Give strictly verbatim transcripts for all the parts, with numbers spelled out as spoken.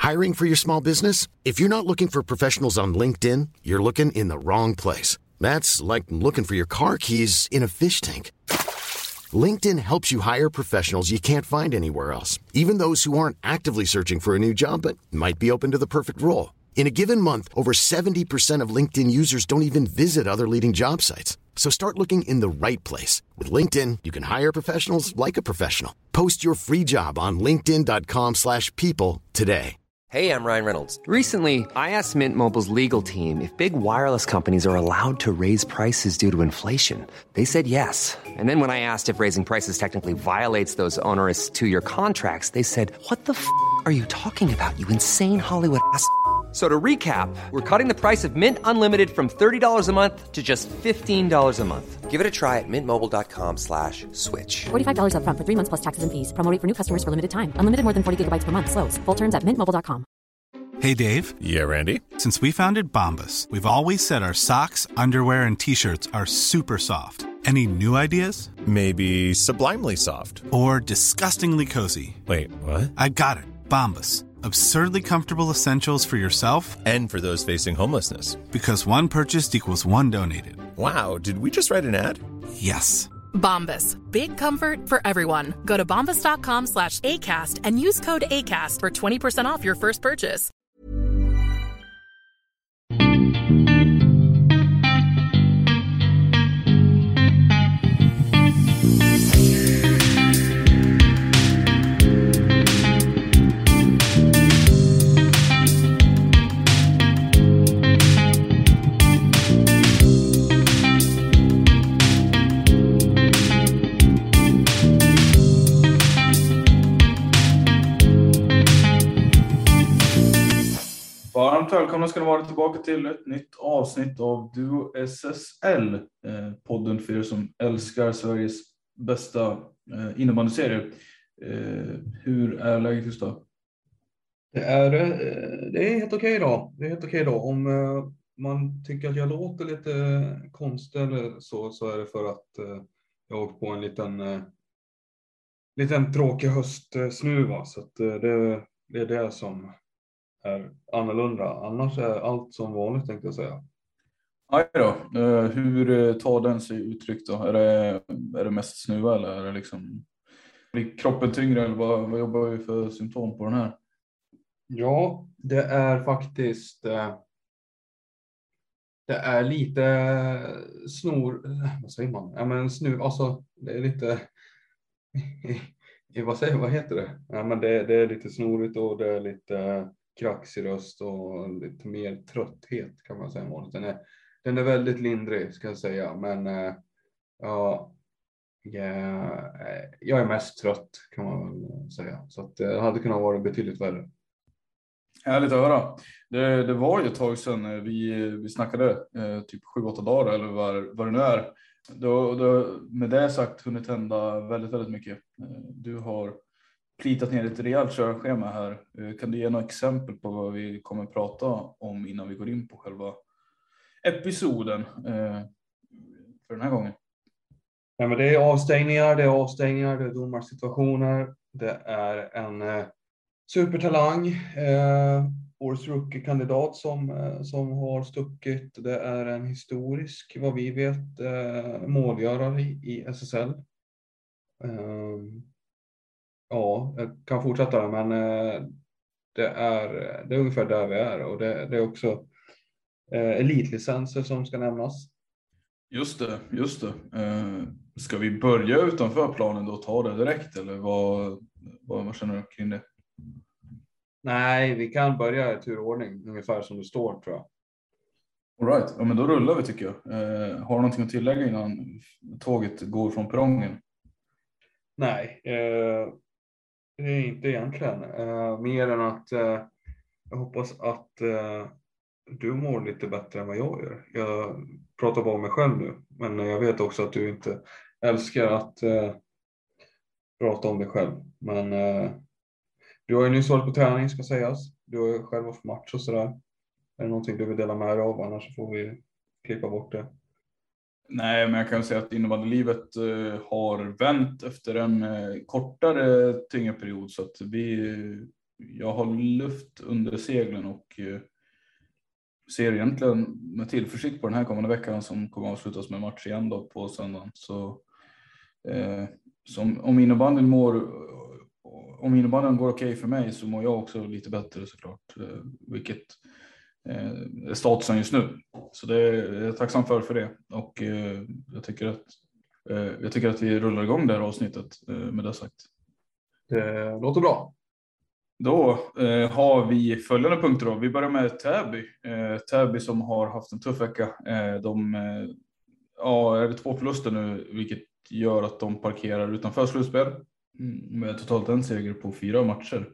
Hiring for your small business? If you're not looking for professionals on LinkedIn, you're looking in the wrong place. That's like looking for your car keys in a fish tank. LinkedIn helps you hire professionals you can't find anywhere else, even those who aren't actively searching for a new job but might be open to the perfect role. In a given month, over seventy percent of LinkedIn users don't even visit other leading job sites. So start looking in the right place. With LinkedIn, you can hire professionals like a professional. Post your free job on linkedin dot com slash people today. Hey, I'm Ryan Reynolds. Recently, I asked Mint Mobile's legal team if big wireless companies are allowed to raise prices due to inflation. They said yes. And then when I asked if raising prices technically violates those onerous two-year contracts, they said, what the f*** are you talking about, you insane Hollywood ass f- So to recap, we're cutting the price of Mint Unlimited from thirty dollars a month to just fifteen dollars a month. Give it a try at mintmobile.com slash switch. forty-five dollars up front for three months plus taxes and fees. Promo rate for new customers for limited time. Unlimited more than forty gigabytes per month. Slows full terms at mint mobile dot com. Hey, Dave. Yeah, Randy. Since we founded Bombas, we've always said our socks, underwear, and T-shirts are super soft. Any new ideas? Maybe sublimely soft. Or disgustingly cozy. Wait, what? I got it. Bombas. Absurdly comfortable essentials for yourself and for those facing homelessness. Because one purchased equals one donated. Wow, did we just write an ad? Yes. Bombas. Big comfort for everyone. Go to bombas.com slash ACAST and use code ACAST for twenty percent off your first purchase. Varmt välkomna ska ni vara tillbaka till ett nytt avsnitt av Duo S S L, eh, podden för er som älskar Sveriges bästa eh, innebandyserie. Eh, hur är läget just då? Det är, eh, det är helt okej då. Det är helt okej då. Om eh, man tycker att jag låter lite konstig eller så, så är det för att eh, jag har åkt på en liten, eh, liten tråkig höstsnuva. Så att, eh, det, det är det som är annorlunda. Annars är allt som vanligt, tänkte jag säga. Aj då. Uh, hur tar den sig uttryck då? Är det, är det mest snuva eller är det liksom, blir kroppen tyngre eller vad, vad jobbar vi för symptom på den här? Ja, det är faktiskt eh, det är lite snor, vad säger man? Ja, men snuv, alltså det är lite vad säger vad heter det? Ja, men det, det är lite snorigt och det är lite kraxig röst och lite mer trötthet kan man säga. Den är, den är väldigt lindrig ska jag säga, men äh, ja, yeah, jag är mest trött kan man väl säga. Så att det hade kunnat vara betydligt värre. Härligt att höra. Det, det var ju ett tag sedan vi, vi snackade, eh, typ sju åtta dagar eller vad, vad det nu är. Då, då, med det sagt hunnit hända väldigt, väldigt mycket. Du har plitat ner ett rejält körschema här. Kan du ge några exempel på vad vi kommer att prata om innan vi går in på själva episoden eh, för den här gången? Ja, men det är avstängningar, det är avstängningar, det är domarsituationer. Det är en eh, supertalang, eh, årets rookie-kandidat som, eh, som har stuckit. Det är en historisk, vad vi vet, eh, målgörare i, i S S L. Eh, Ja, jag kan fortsätta men eh, det, är, det är ungefär där vi är och det, det är också eh, elitlicenser som ska nämnas. Just det, just det. Eh, ska vi börja utanför planen då och ta det direkt eller vad, vad, vad känner du kring det? Nej, vi kan börja i turordning ungefär som det står tror jag. All right, ja, men då rullar vi tycker jag. Eh, har du någonting att tillägga innan tåget går från perrongen? Nej, eh, det är inte egentligen. Uh, mer än att uh, jag hoppas att uh, du mår lite bättre än vad jag gör. Jag pratar bara om mig själv nu. Men jag vet också att du inte älskar att uh, prata om dig själv. Men uh, du har ju nyss varit på träning ska sägas. Du har ju själv haft match och sådär. Är det någonting du vill dela med dig av? Annars får vi klippa bort det. Nej, men jag kan säga att innebandylivet eh, har vänt efter en eh, kortare tyngre period så att vi, jag har luft under seglen och eh, ser egentligen med tillförsikt på den här kommande veckan som kommer att avslutas med match igen då på söndagen. Så, eh, som, om innebandyn mår, om innebandyn går okej för mig så mår jag också lite bättre såklart. Eh, vilket eh, är statusen just nu. Så det är jag tacksam för för det. Och eh, jag, tycker att, eh, jag tycker att vi rullar igång det här avsnittet eh, med det sagt. Det låter bra. Då eh, har vi följande punkter då. Vi börjar med Täby. Eh, Täby som har haft en tuff vecka. Eh, de eh, ja, är det två förluster nu, vilket gör att de parkerar utanför slutspel. Mm, med totalt en seger på fyra matcher.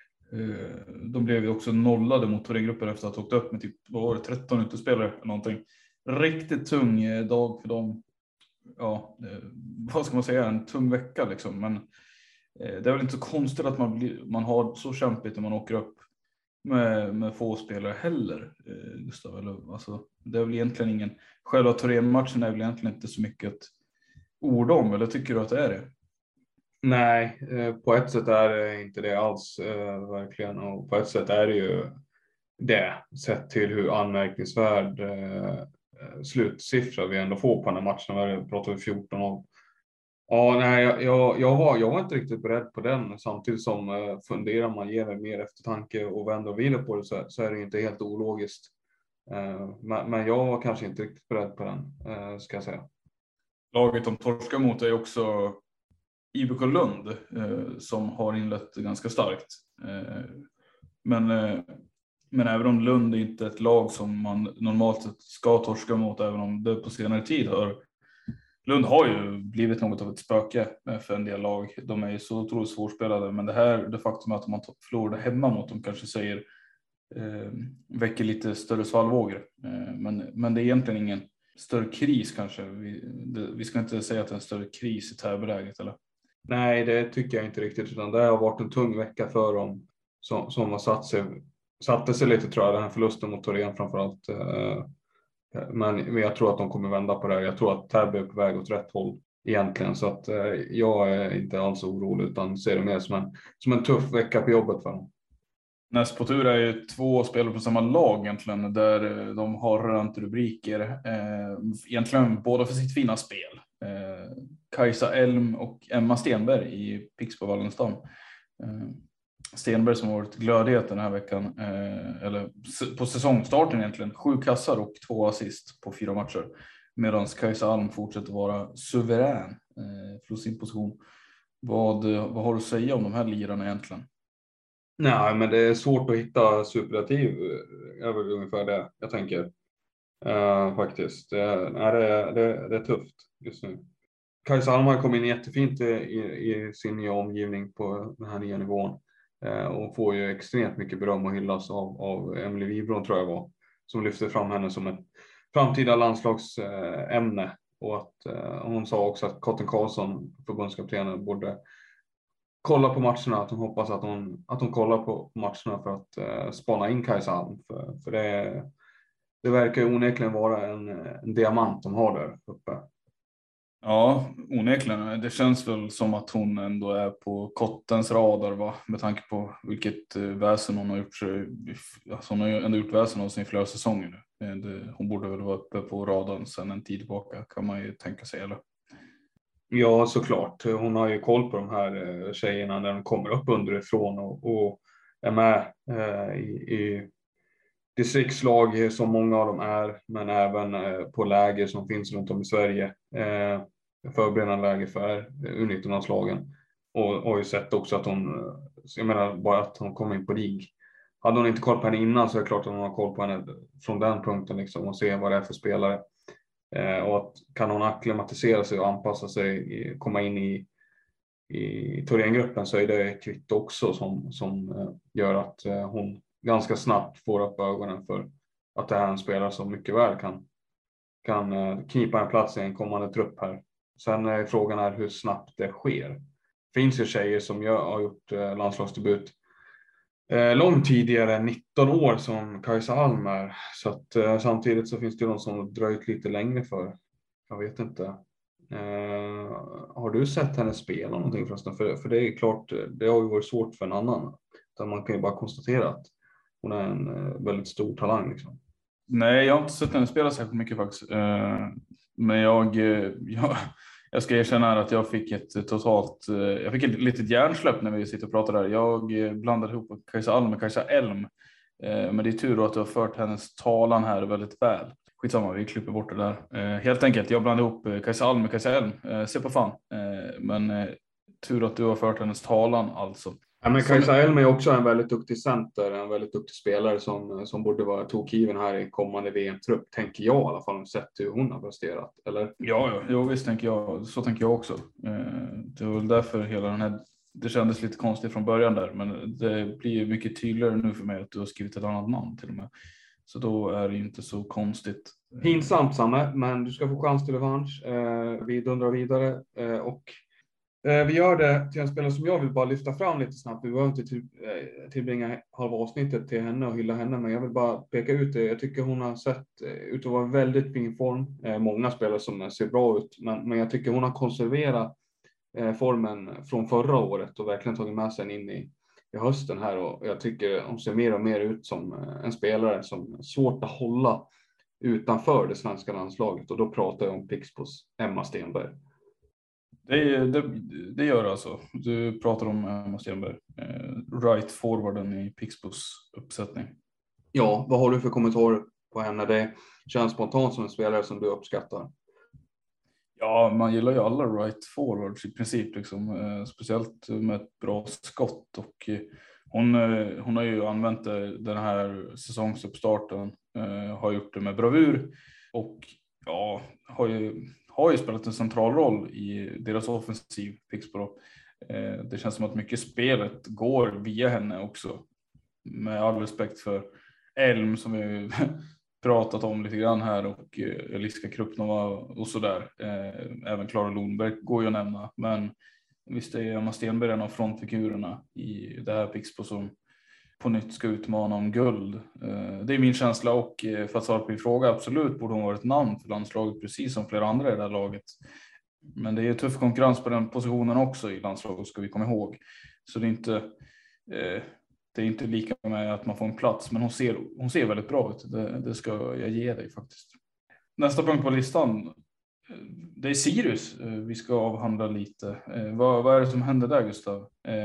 Eh, de blev ju också nollade mot Thorengruppen efter att ha åkt upp med typ, vad var det, tretton utespelare eller någonting. Riktigt tung eh, dag för dem. Ja, eh, vad ska man säga, en tung vecka liksom, men det är väl inte så konstigt att man, blir, man har så kämpigt när man åker upp med, med få spelare heller, Gustav. Eller, alltså, det är väl egentligen ingen... Själva Thorén-matchen är väl egentligen inte så mycket ett ord om, eller tycker du att det är det? Nej, på ett sätt är det inte det alls, verkligen. Och på ett sätt är det ju det, sett till hur anmärkningsvärd slutsiffra vi ändå får på den här matchen. Vi pratar om fjorton år. Ja, nej, jag, jag, var, jag var inte riktigt beredd på den. Samtidigt som eh, funderar man ger mer eftertanke och vänder och vidare på det så, så är det inte helt ologiskt. Eh, men, men jag var kanske inte riktigt beredd på den, eh, ska jag säga. Laget de torskar mot är också I B K Lund eh, som har inlett ganska starkt. Eh, men, eh, men även om Lund är inte ett lag som man normalt sett ska torska mot, även om det på senare tid har Lund har ju blivit något av ett spöke för en del lag. De är ju så otroligt svårspelade, men det här, det faktum att man förlorade hemma mot dem kanske säger eh, väcker lite större svallvågor. Eh, men, men det är egentligen ingen större kris kanske. Vi, det, vi ska inte säga att det är en större kris i Täbyläget, eller? Nej, det tycker jag inte riktigt, utan det har varit en tung vecka för dem som, som har satt sig, satte sig lite, tror jag, den här förlusten mot Thorén framförallt. Eh, Men jag tror att de kommer vända på det här. Jag tror att Täby är på väg åt rätt håll egentligen. Så att eh, jag är inte alls orolig, utan ser det mer som en, som en tuff vecka på jobbet för dem. Näst på tur är ju två spelare på samma lag egentligen, där de har rönt rubriker. Eh, egentligen båda för sitt fina spel. Eh, Kajsa Elm och Emma Stenberg i Pixbo Wallenstam. Eh, Stenberg som har varit glödhet den här veckan, eh, eller på säsongstarten egentligen, sju kassar och två assist på fyra matcher, medan Kajsa Alm fortsätter vara suverän eh, för sin position. Vad, vad har du att säga om de här lirarna egentligen? Nej, men det är svårt att hitta superlativ över ungefär det jag tänker. Uh, faktiskt. Det, nej, det, det, det är tufft just nu. Kajsa Alm har kommit in jättefint i, i sin nya omgivning på den här nya nivån. Och får ju extremt mycket beröm och hyllas av, av Emily Wibron, tror jag var, som lyfte fram henne som ett framtida landslagsämne. Och att eh, hon sa också att Cotton Karlsson, förbundskaptenen, borde kolla på matcherna. Att hon hoppas att hon, att hon kollar på matcherna för att eh, spana in Kajsa Alm. För, för det, det verkar ju onekligen vara en, en diamant de har där uppe. Ja, onekligen. Det känns väl som att hon ändå är på Kottens radar, va? Med tanke på vilket väsen hon har gjort. Alltså hon har ju ändå gjort väsen av sin flera säsonger nu. Det, hon borde väl vara uppe på radarn sedan en tid tillbaka, kan man ju tänka sig, eller? Ja, såklart. Hon har ju koll på de här tjejerna när de kommer upp underifrån och, och är med eh, i, i distriktslag som många av dem är, men även eh, på läger som finns runt om i Sverige. Eh, förberedande läger för U nitton-landslagen. Och, och har ju sett också att hon, jag menar bara att hon kom in på RIG. Hade hon inte koll på henne innan så är det klart att hon har koll på henne från den punkten liksom, och se vad det är för spelare. Eh, och att kan hon akklimatisera sig och anpassa sig, komma in i, i Thorengruppen, så är det ett kvitto också som, som eh, gör att eh, hon ganska snabbt får upp ögonen för att det här är en spelare som mycket väl kan, kan eh, knipa en plats i en kommande trupp här. Sen är frågan är hur snabbt det sker. Finns ju tjejer som gör, har gjort eh, landslagsdebut eh, långt tidigare, nitton år som Kajsa Alm är. Så att, eh, samtidigt så finns det någon som dröjt lite längre för. Jag vet inte. Eh, har du sett henne spela någonting förresten? För, för det är klart, det har ju varit svårt för en annan Utan man kan ju bara konstatera att hon är en uh, väldigt stor talang liksom. Nej, jag har inte sett henne spela särskilt mycket faktiskt. Uh, men jag, uh, jag, jag ska erkänna att jag fick ett totalt, uh, jag fick ett litet hjärnsläpp när vi sitter och pratar där. Jag uh, blandade ihop Kajsa Alm med Kajsa Elm. Uh, men det är tur då att du har fört hennes talan här väldigt väl. Skitsamma, vi klipper bort det där. Uh, helt enkelt, jag blandade ihop uh, Kajsa Alm med Kajsa Elm. Uh, se på fan. Uh, men uh, tur att du har fört hennes talan alltså. Ja, men Kajsa Elm är också en väldigt duktig center, en väldigt duktig spelare som, som borde vara tokgiven här i kommande V M-trupp, tänker jag i alla fall, sett hur hon har presterat, eller? Ja, ja, jo, visst tänker jag, så tänker jag också. Det var väl därför hela den här, det kändes lite konstigt från början där, men det blir mycket tydligare nu för mig att du har skrivit ett annat namn till och med. Så då är det inte så konstigt. Pinsamt, Samme, men du ska få chans till revansch. Vi dundrar vidare och vi gör det till en spelare som jag vill bara lyfta fram lite snabbt. Vi behöver inte till, tillbringa halva avsnittet till henne och hylla henne, men jag vill bara peka ut det. Jag tycker hon har sett ut att vara väldigt fin form. Många spelare som ser bra ut, men, men jag tycker hon har konserverat formen från förra året och verkligen tagit med sig in i, i hösten här. Och jag tycker hon ser mer och mer ut som en spelare som är svårt att hålla utanför det svenska landslaget. Och då pratar jag om Pixbos Emma Stenberg. Det, det, det gör det alltså. Du pratar om Emma Stenberg, eh, right forwarden i Pixbos uppsättning. Ja, vad har du för kommentarer på henne? Det känns spontant som en spelare som du uppskattar. Ja, man gillar ju alla right forwards i princip, liksom, eh, speciellt med ett bra skott. Och eh, hon, eh, hon har ju använt det, den här säsongsuppstarten, eh, har gjort det med bravur och ja, har ju har ju spelat en central roll i deras offensiv, Pixbo. Eh, det känns som att mycket spelet går via henne också. Med all respekt för Elm som vi pratat om lite grann här och eh, Eliska Krupnova och sådär. Eh, även Klara Lundberg går ju att nämna. Men visst är Emma Stenberg en av frontfigurerna i det här Pixbo som på nytt ska utmana om guld. Det är min känsla och för att svara på din fråga, absolut borde hon vara ett namn för landslaget precis som flera andra i det här laget. Men det är tuff konkurrens på den positionen också i landslaget, ska vi komma ihåg. Så det är inte, det är inte lika med att man får en plats, men hon ser, hon ser väldigt bra ut. Det, det ska jag ge dig faktiskt. Nästa punkt på listan, det är Sirius vi ska avhandla lite. Vad, vad är det som händer där, Gustav?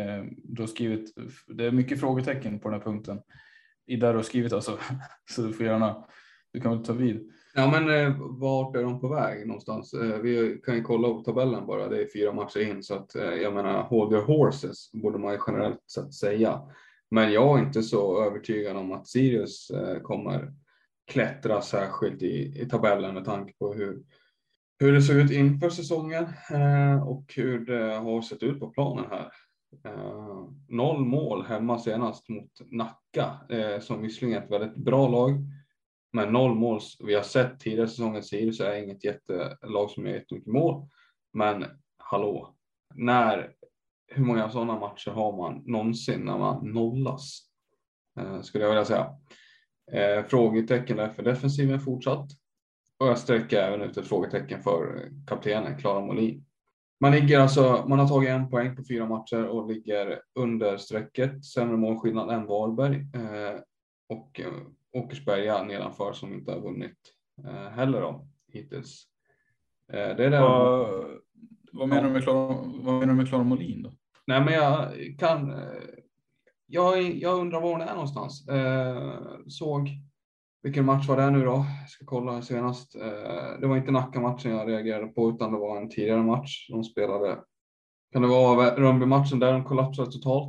Du har skrivit, det är mycket frågetecken på den här punkten. I där du har skrivit alltså. Så du får gärna, du kan väl ta vid. Ja, men vart är de på väg någonstans? Vi kan ju kolla upp tabellen bara. Det är fyra matcher in, så att jag menar, hold your horses borde man ju generellt sett säga. Men jag är inte så övertygad om att Sirius kommer klättra särskilt i, i tabellen med tanke på hur hur det ser ut inför säsongen eh, och hur det har sett ut på planen här. Eh, noll mål hemma senast mot Nacka, eh, som visserligen är ett väldigt bra lag. Men noll mål, vi har sett tidigare säsongen Sirius är inget jättelag som gör jättemycket mål. Men hallå, när, hur många sådana matcher har man någonsin när man nollas? Eh, skulle jag vilja säga. Eh, frågetecken är för defensiven fortsatt. Och jag sträcker även ut ett frågetecken för kaptenen Klara Molin. Man ligger alltså, man har tagit en poäng på fyra matcher och ligger under strecket. Sämre målskillnad än Varberg. Eh, och eh, Åkersberga nedanför som inte har vunnit eh, heller då, hittills. Eh, det är det. Vad, vad menar du med Klara, vad menar du med Klara Molin då? Nej, men jag kan... Eh, jag, jag undrar var hon är någonstans. Eh, såg... Vilken match var det nu då? Jag ska kolla senast. Det var inte Nacka-matchen jag reagerade på, utan det var en tidigare match de spelade. Kan det vara Rönnby-matchen där de kollapsade totalt?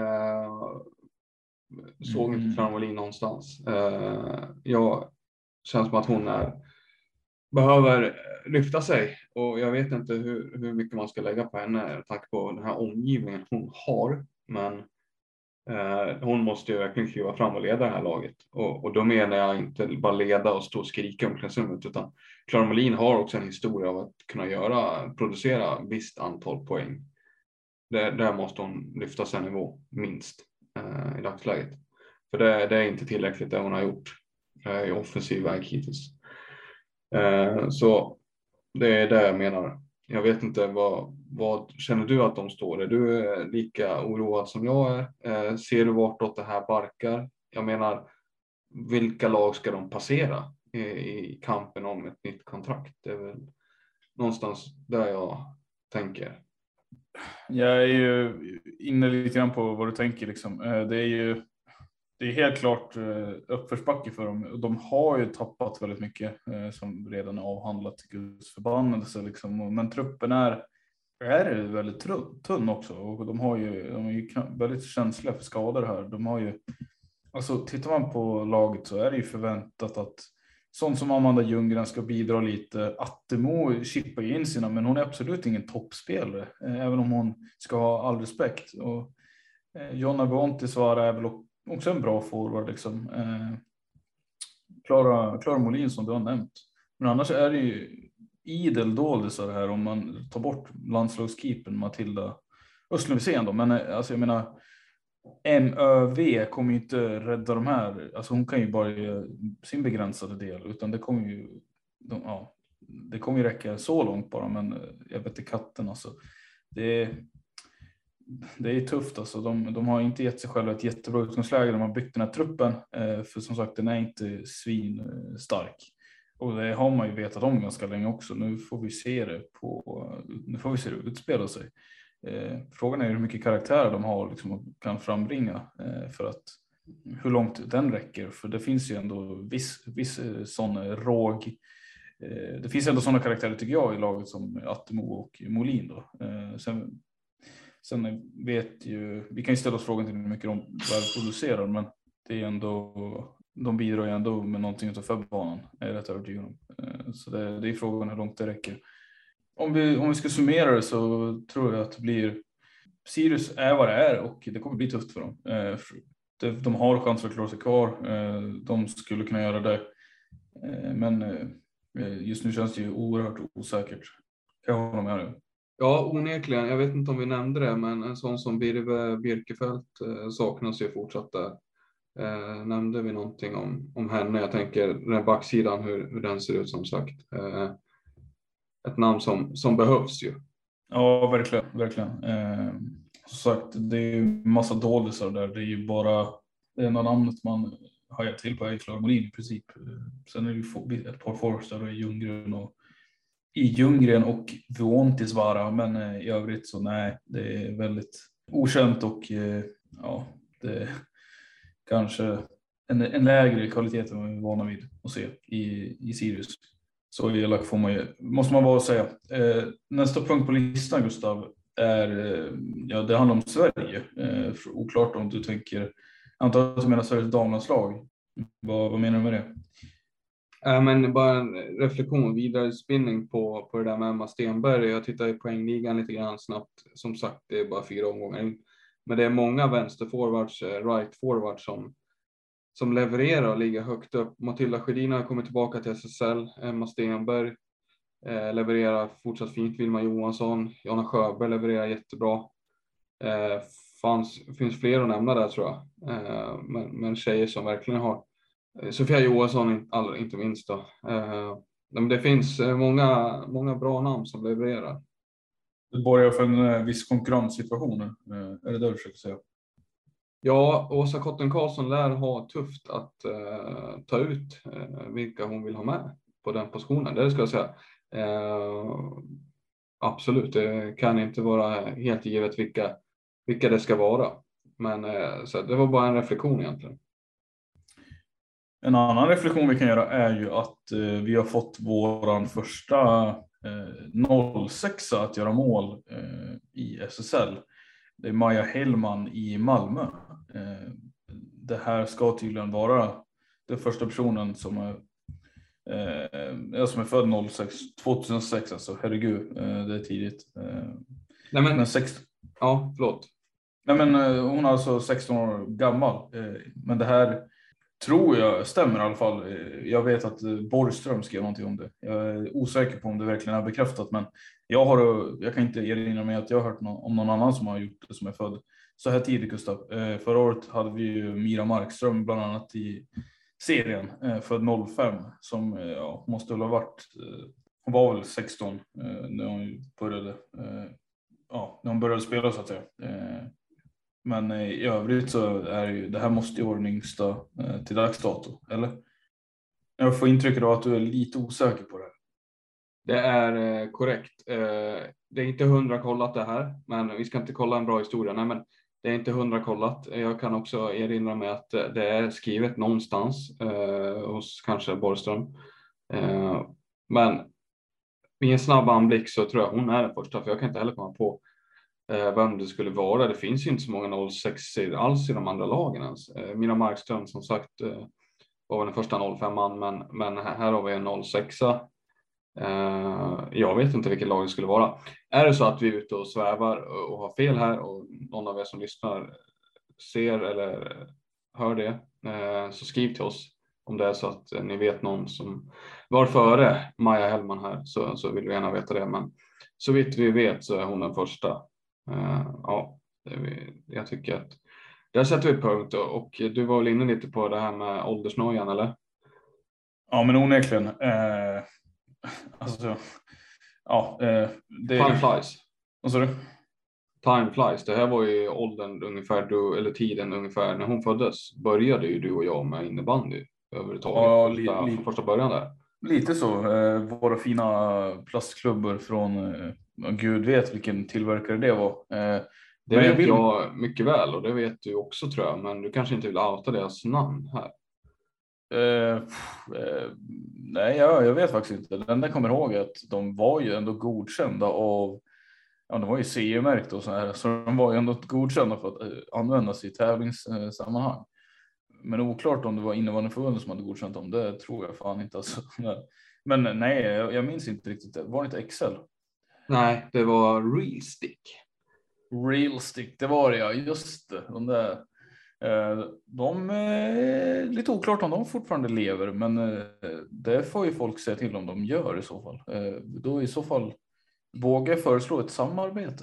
Såg inte Klara Molin någonstans. Jag känns som att hon är, behöver lyfta sig. Och jag vet inte hur, hur mycket man ska lägga på henne tack på den här omgivningen hon har. Men Eh, hon måste ju verkligen kliva fram och leda det här laget. Och, och då menar jag inte bara leda och stå och skrika om klassrummet, utan Klara Molin har också en historia av att kunna göra, producera visst antal poäng. Det, där måste hon lyfta sin nivå minst eh, i dagsläget. För det, det är inte tillräckligt det hon har gjort eh, i offensiv väg hittills. Eh, så det är det jag menar. Jag vet inte vad, vad känner du att de står? Är du lika oroad som jag är? Eh, ser du vartåt det här barkar? Jag menar, vilka lag ska de passera i, i kampen om ett nytt kontrakt? Det är väl någonstans där jag tänker. Jag är ju inne lite grann på vad du tänker. Liksom. Det är ju det är helt klart uppförsbacke för dem. De har ju tappat väldigt mycket som redan är avhandlat till Guds förbannelse. Liksom. Men truppen är, är väldigt tunn också. Och de, har ju, de är ju väldigt känsliga för skador här. De har ju, alltså, tittar man på laget så är det ju förväntat att sånt som Amanda Ljunggren ska bidra lite. Attemo chippar in sina, men hon är absolut ingen toppspelare. Även om hon ska ha all respekt. Och Jonna Bontisvara är väl också en bra forward. Liksom. Klara, Klara Molin som du har nämnt. Men annars är det ju idel dålisar här om man tar bort landslagskeepern Matilda Östlundsen då. Men alltså jag menar, M Ö V kommer ju inte rädda de här. Alltså hon kan ju bara göra sin begränsade del. Utan det kommer ju, de, ja, det kommer ju räcka så långt bara. Men jag vet inte katten alltså. Det är, det är tufft alltså. De, de har inte gett sig själva ett jättebra utgångsläge. De har byggt den här truppen. För som sagt, den är inte svinstark. Och det har man ju vetat om ganska länge också. Nu får vi se det på, nu får vi se det utspela sig. Eh, frågan är hur mycket karaktär de har liksom, och kan frambringa eh, för att hur långt den räcker. För det finns ju ändå viss, viss eh, sån råg. Eh, det finns ändå sådana karaktärer tycker jag i laget som Attemo och Molin då. Eh, sen, sen vet ju, vi kan ju ställa oss frågan till hur mycket de väl producerar, men det är ändå, de bidrar ju ändå med någonting utanför banan. Jag är rätt övertygad om. Eh, så det, det är frågan hur långt det räcker. Om vi, om vi ska summera det så tror jag att det blir Sirius är vad det är och det kommer bli tufft för dem. Eh, de har chans att klara sig kvar. Eh, de skulle kunna göra det. Eh, men eh, just nu känns det ju oerhört osäkert. Kan jag hålla med dig? Ja, onekligen. Jag vet inte om vi nämnde det, men en sån som Birve Birkefelt eh, saknas ju fortsatt där. Eh, nämnde vi någonting om, om henne? Jag tänker den backsidan, hur, hur den ser ut som sagt. Eh, Ett namn som, som behövs ju. Ja, verkligen. verkligen. Eh, som sagt, det är ju massa dålisar där. Det är ju bara det enda namnet man hajar till på är Klara Molin i princip. Sen är det ju ett par forwards där, i Ljunggren och i Ljunggren och Vuontisvara. Men eh, i övrigt så nej, det är väldigt okänt och eh, ja, det är kanske en, en lägre kvalitet än vad vi är vana vid att se i, i Sirius. Så elak får man ju, måste man bara säga. Eh, nästa punkt på listan, Gustav, är, eh, ja, det handlar om Sverige. Eh, oklart om du tänker, jag antar att du menar Sveriges damlandslag. Vad, vad menar du med det? Äh, men bara en reflektion, vidare spinning på, på det där med Emma Stenberg. Jag tittar i poängligan lite grann snabbt. Som sagt, det är bara fyra omgångar. Men det är många vänsterforwards, right forwards som som levererar och ligger högt upp. Matilda Sjödina har kommit tillbaka till S S L. Emma Stenberg eh, levererar fortsatt fint. Vilma Johansson, Jonna Sjöberg levererar jättebra. Eh, fanns, finns fler att nämna där tror jag. Eh, men, men tjejer som verkligen har. Eh, Sofia Johansson, all, inte minst då. Eh, men det finns många, många bra namn som levererar. Det borgar för en viss konkurrenssituation. Eh, är det det du försöker säga? Ja, Åsa Kotten Karlsson lär ha tufft att eh, ta ut eh, vilka hon vill ha med på den positionen. Det ska jag säga. Eh, absolut, det kan inte vara helt givet vilka, vilka det ska vara. Men eh, så det var bara en reflektion egentligen. En annan reflektion vi kan göra är ju att eh, vi har fått våran första eh, noll sex att göra mål eh, i S S L. Det är Maja Hellman i Malmö. Det här ska tydligen vara den första personen som är, eh, som är född noll sex, tvåtusensex. Alltså, herregud, det är tidigt. Nej, men, men sex... Ja, förlåt. Nej, men, hon är alltså sexton år gammal. Men det här tror jag stämmer i alla fall. Jag vet att Borgström skrev någonting om det. Jag är osäker på om det verkligen är bekräftat. Men jag, har, jag kan inte erinra mig att jag har hört någon, om någon annan som har gjort det som är född så här tidigt, Gustav. Eh, förra året hade vi ju Mira Markström bland annat i serien eh, för noll fem som eh, ja, måste väl ha varit, eh, hon var väl sexton eh, när hon började. Eh, ja, när de började spela så att säga. Men i övrigt så är ju, det här måste ju vara den yngsta till dags dato, eller? Jag får intrycket av att du är lite osäker på det. Det är korrekt. Det är inte hundra kollat det här, men vi ska inte kolla en bra historia. Nej, men det är inte hundra kollat. Jag kan också erinra mig att det är skrivet någonstans hos kanske Borgström. Men vid en snabb anblick så tror jag hon är den första, för jag kan inte heller komma på vem det skulle vara. Det finns ju inte så många noll sex alls i de andra lagen ens. Mina Markström som sagt var den första noll fem-man, men, men här har vi en noll sex. Jag vet inte vilket lag det skulle vara. Är det så att vi är ute och svävar och har fel här och någon av er som lyssnar ser eller hör det, så skriv till oss. Om det är så att ni vet någon som var före Maja Hellman här, så, så vill vi gärna veta det. Men så vitt vi vet så är hon den första. Uh, ja, det vi, jag tycker att där sätter vi punkt. Och, och du var väl inne lite på det här med åldersnojan, eller? Ja, men onekligen. Eh, alltså, ja, eh, det... Time flies. Vad sa du? Time flies. Det här var ju åldern ungefär, du, eller tiden ungefär när hon föddes. Började ju du och jag med innebandy överhuvudtaget. Ja, första, li, li, från första början där. Lite så. Eh, våra fina plastklubbor från, eh, gud vet vilken tillverkare det var. Eh, det vet jag, vill... jag mycket väl, och det vet du också tror jag. Men du kanske inte vill outa deras namn här. Eh, eh, nej, jag, jag vet faktiskt inte. Den där kommer ihåg att de var ju ändå godkända av, ja, de var ju C E-märkt och så här, så de var ju ändå godkända för att eh, användas i tävlingssammanhang. Men oklart om det var innebandyförbundet som hade godkänt dem, det tror jag fan inte. Alltså. Men nej, jag, jag minns inte riktigt. Var det inte Excel? Nej, det var Realstick. Realstick, det var det, ja. Just det. De där. De är lite oklart om de fortfarande lever, men det får ju folk säga till om de gör i så fall. Då i så fall vågar jag föreslå ett samarbete.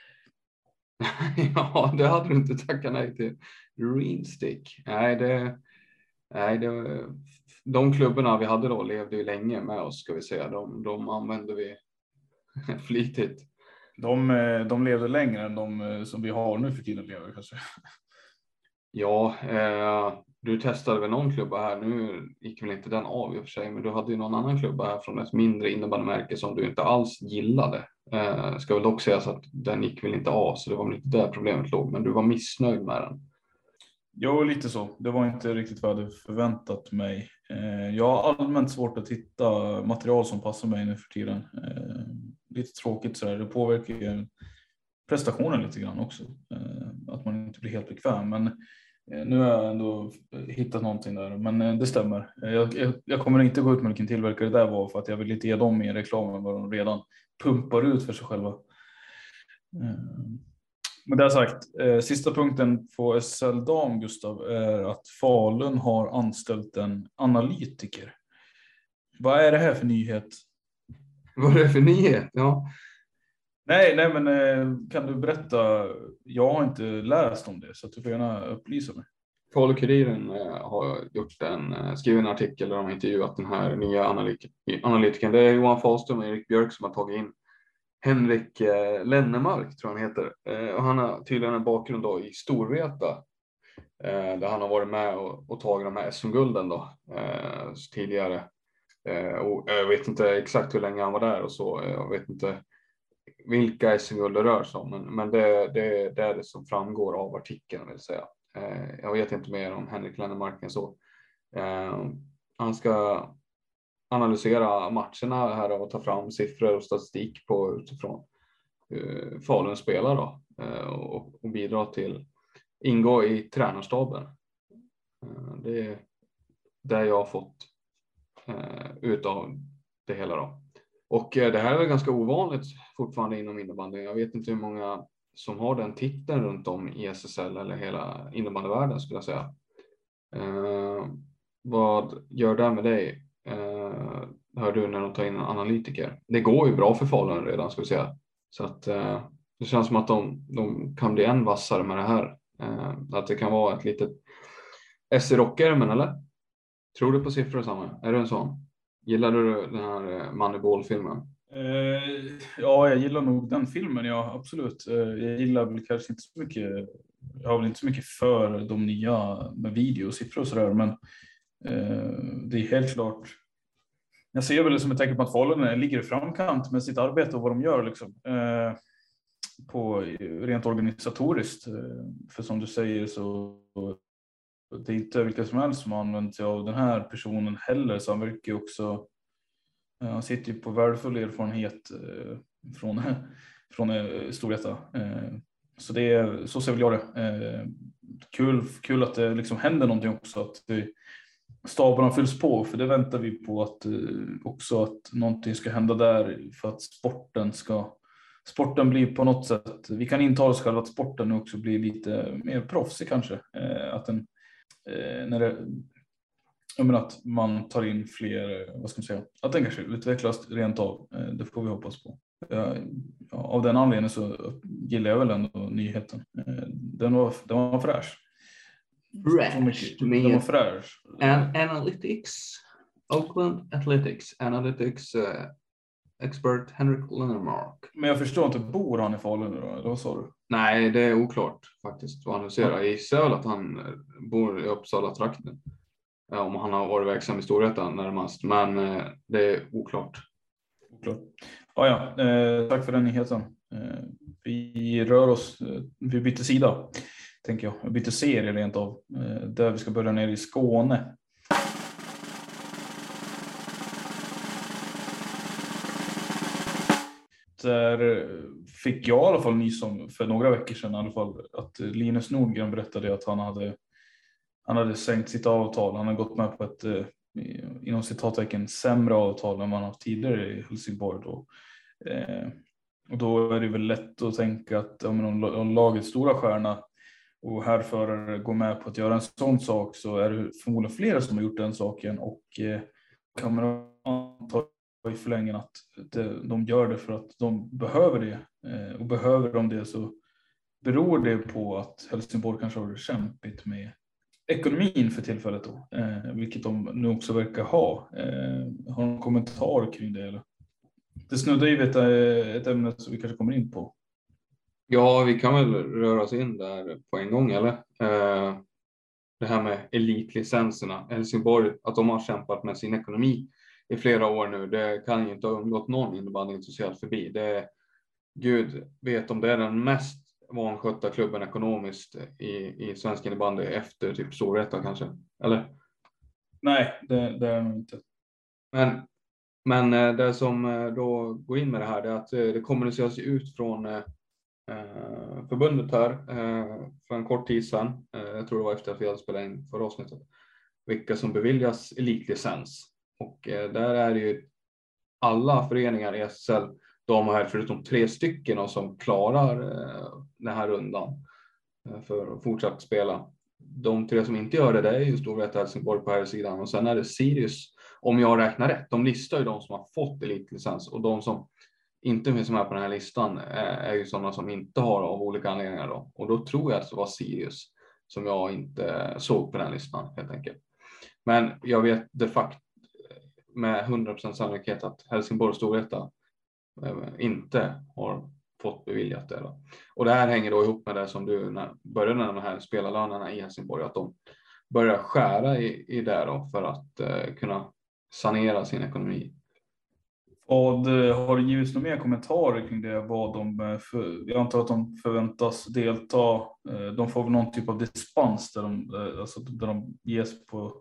Ja, det hade du inte tackat nej till. Realstick. Nej, det, nej det, de klubborna vi hade då levde ju länge med oss, ska vi säga. De, de använde vi flitigt. De, de levde längre än de som vi har nu för tiden lever kanske. Ja, eh, du testade väl någon klubba här. Nu gick väl inte den av i och för sig, men du hade ju någon annan klubba här från ett mindre innebandymärke som du inte alls gillade. Eh, ska väl dock säga så att den gick väl inte av, så det var väl inte där problemet låg, men du var missnöjd med den. Jo, lite så. Det var inte riktigt vad jag hade förväntat mig. Eh, jag har allmänt svårt att hitta material som passar mig nu för tiden. Eh, lite tråkigt så här. Det påverkar ju prestationen lite grann också. Eh, att man inte blir helt bekväm. Men eh, nu har jag ändå hittat någonting där. Men eh, det stämmer. Jag, jag, jag kommer inte gå ut med vilken tillverkare det där var, för att jag vill inte ge dem mer reklam än vad de redan pumpar ut för sig själva. Eh, men det sagt, eh, sista punkten på S L Dam, Gustav, är att Falun har anställt en analytiker. Vad är det här för nyhet? Vad är det för nyhet? Ja. Nej, nej, men eh, kan du berätta? Jag har inte läst om det, så att du får gärna upplysa mig. Falu-Kuriren eh, har gjort en, eh, skrivit en artikel där de har intervjuat den här nya analytik- analytikern. Det är Johan Fahlström och Erik Björk som har tagit in Henrik eh, Lennemark, tror han heter. Eh, och han har tydligen en bakgrund då i Storvreta. Eh, där han har varit med och, och tagit de här S M-gulden då, eh, tidigare. Eh, och jag vet inte exakt hur länge han var där och så. Jag vet inte vilka S M-guld det rör sig om. Men, men det, det, det är det som framgår av artikeln, vill säga. Eh, jag vet inte mer om Henrik Lennemark än så. Eh, han ska analysera matcherna här och ta fram siffror och statistik på utifrån uh, Falun spelar då, uh, och, och bidra till ingå i tränarstaben. Uh, det är det jag har fått uh, utav det hela då. Och uh, det här är väl ganska ovanligt fortfarande inom innebandy. Jag vet inte hur många som har den titeln runt om i S S L eller hela innebandyvärlden, skulle jag säga. Uh, vad gör det med dig? Uh, hör du när de tar in en analytiker? Det går ju bra för Falun redan, ska vi säga. Så att uh, det känns som att de, de kan bli än vassare med det här. Uh, att det kan vara ett litet S I-rockärmen, eller? Tror du på siffror, samma? Är du en sån? Gillar du den här Moneyball-filmen? Uh, ja, jag gillar nog den filmen, ja, absolut. Uh, jag gillar väl kanske inte så mycket, jag har väl inte så mycket för de nya med video och siffror och sådär, men uh, det är helt klart. Jag ser väl det som ett tecken på att Falun ligger i framkant med sitt arbete och vad de gör liksom. Uh, på rent organisatoriskt. Uh, för som du säger så det är inte vilka som helst som använder sig av den här personen heller, så han verkar också. Han sitter ju på värdefull erfarenhet eh, från, från eh, Storvreta. Eh, så, det är, så ser väl jag det. Eh, kul, kul att det liksom händer någonting också. Att det, stabarna fylls på. För det väntar vi på att, eh, också att någonting ska hända där. För att sporten ska... Sporten blir på något sätt... Vi kan intala oss själva att sporten också blir lite mer proffsig kanske. Eh, att den... Eh, när det... Jag menar att man tar in fler, vad ska man säga, att den kanske utvecklas rent av. Det får vi hoppas på. Ja, av den anledningen så gillar jag väl ändå nyheten. Den var, den var fräsch. Fresh. Den var fräsch. And analytics, Oakland Athletics, analytics uh, expert Henrik Lundmark. Men jag förstår inte, bor han i Falun då, eller vad sa du? Nej, det är oklart faktiskt vad han säger. Jag gissar väl att han bor i Uppsala-trakten. Om han har varit verksam i Storvreta närmast. Men eh, det är oklart. Oklart. Ja, ja. Eh, tack för den nyheten. Eh, vi rör oss. Eh, vi byter sida. Tänker jag. Vi byter serie rent av. Eh, där vi ska börja ner i Skåne. Där fick jag i alla fall nys om för några veckor sedan i alla fall. Att Linus Nordgren berättade att han hade... Han hade sänkt sitt avtal. Han har gått med på ett eh, inom citattecken sämre avtal än man haft tidigare i Helsingborg. Då. Eh, och då är det väl lätt att tänka att om, om, om lagets stora stjärna och härförare går med på att göra en sån sak, så är det förmodligen flera som har gjort den saken. Och eh, kan man anta i förlängningen att det, de gör det för att de behöver det. Eh, och behöver de det så beror det på att Helsingborg kanske har det kämpigt med ekonomin för tillfället då, eh, vilket de nu också verkar ha. Eh, har någon kommentar kring det? Eller? Det snuddar ju vid ett, ett ämne som vi kanske kommer in på. Ja, vi kan väl röra oss in där på en gång, eller? Eh, det här med elitlicenserna. Helsingborg, att de har kämpat med sin ekonomi i flera år nu, det kan ju inte ha undgått någon innebandyintresserad förbi. Det, Gud vet om det är den mest vanskötta klubben ekonomiskt i, i svensk innebandy efter typ Storvreta kanske, eller? Nej, det, det är nog inte. Men, men det som då går in med det här är att det kommuniceras ut från eh, förbundet här eh, för en kort tid sedan. Eh, jag tror det var efter att vi hade spelat in förra avsnittet. Vilka som beviljas elitlicens. Och eh, där är det ju alla föreningar i S S L, de har förutom tre stycken och som klarar eh, den här rundan eh, för att fortsätta spela. De tre som inte gör det, det är ju Storvreta, Helsingborg på här sidan, och sen är det Sirius, om jag räknar rätt. De listar ju de som har fått elitlicens, och de som inte finns med på den här listan är, är ju sådana som inte har av olika anledningar då. Och då tror jag att det var Sirius som jag inte såg på den här listan helt enkelt. Men jag vet de facto med hundra procent sannolikhet att Helsingborg och Storvreta inte har fått beviljat det då. Och det här hänger då ihop med det som du när, började med de här spelarlönerna i Helsingborg, att de börjar skära i, i det då för att eh, kunna sanera sin ekonomi. Och det, har det givits några mer kommentarer kring det? Vad de, för, jag antar att de förväntas delta. De får väl någon typ av dispens där de, alltså där de ges på,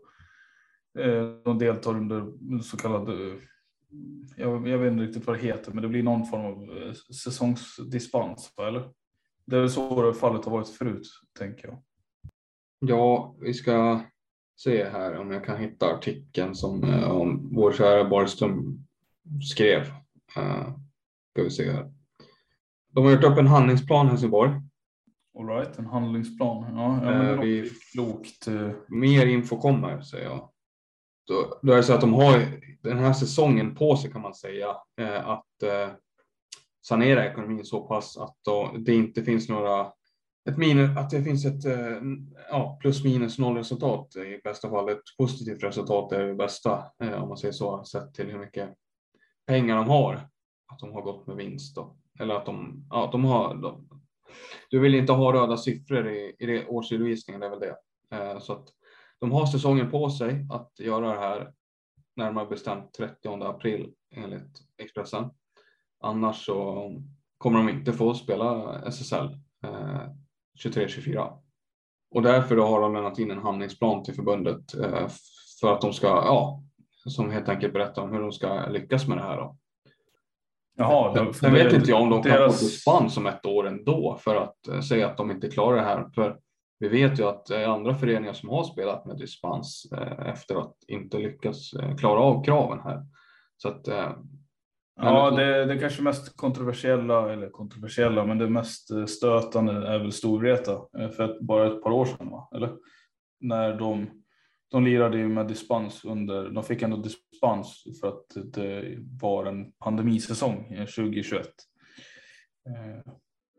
de deltar under så kallad, jag, jag vet inte riktigt vad det heter, men det blir någon form av säsongsdispens, eller? Det är väl så det fallet har varit förut, tänker jag. Ja, vi ska se här om jag kan hitta artikeln som om vår kära Borgström skrev. Uh, ska vi se här. De har gjort upp en handlingsplan Helsingborg. All right, en handlingsplan. Ja, ja, men uh, vi det klokt. Uh... Mer info kommer, säger jag. Då, då är det så att de har den här säsongen på sig, kan man säga, uh, att uh, sanera ekonomin så pass att då, det inte finns några ett minus, att det finns ett uh, ja, plus minus noll resultat i bästa fall. Ett positivt resultat är det bästa, uh, om man säger så, sett till hur mycket pengar de har. att de har gått med vinst då. Eller att de, ja, de har, de, du vill inte ha röda siffror i, i det årsredovisningen, det är väl det. Eh, så att de har säsongen på sig att göra det här närmare bestämt trettionde april enligt Expressen. Annars så kommer de inte få spela S S L eh, tjugotre tjugofyra. Och därför då har de lämnat in en handlingsplan till förbundet eh, för att de ska, ja, som helt enkelt berätta om hur de ska lyckas med det här då. Jaha, Sen, sen vet inte jag om de kan deras... få dispens om ett år ändå för att eh, säga att de inte klarar det här. För vi vet ju att det är andra föreningar som har spelat med dispens eh, efter att inte lyckas eh, klara av kraven här. Så att... Eh, ja, det, det kanske mest kontroversiella, eller kontroversiella, men det mest stötande är väl Storvreta för ett, bara ett par år sedan, va? Eller? När de, de lirade ju med dispens under, de fick ändå dispens för att det var en pandemisäsong tjugo tjugoett. Eh.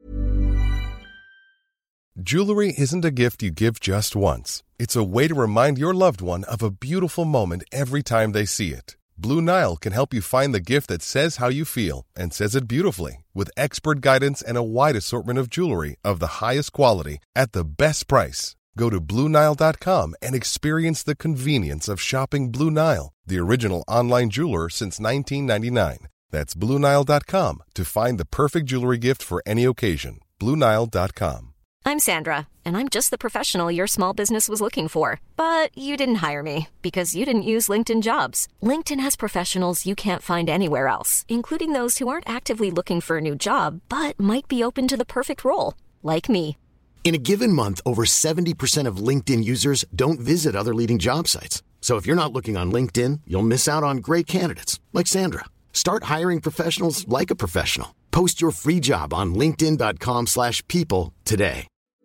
Jewelry isn't a gift you give just once. It's a way to remind your loved one of a beautiful moment every time they see it. Blue Nile can help you find the gift that says how you feel and says it beautifully with expert guidance and a wide assortment of jewelry of the highest quality at the best price. Go to Blue Nile dot com and experience the convenience of shopping Blue Nile, the original online jeweler since nineteen ninety-nine. That's Blue Nile dot com to find the perfect jewelry gift for any occasion. Blue Nile dot com. I'm Sandra, and I'm just the professional your small business was looking for. But you didn't hire me because you didn't use LinkedIn Jobs. LinkedIn has professionals you can't find anywhere else, including those who aren't actively looking for a new job, but might be open to the perfect role, like me. In a given month, over seventy percent of LinkedIn users don't visit other leading job sites. So if you're not looking on LinkedIn, you'll miss out on great candidates like Sandra. Start hiring professionals like a professional. Post your free job on linkedin dot com slash people today.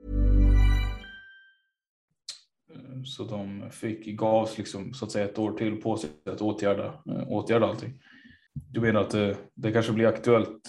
Så de fick gavs liksom så att säga ett år till på sig att åtgärda, åtgärda allting. Du menar att det, det kanske blir aktuellt?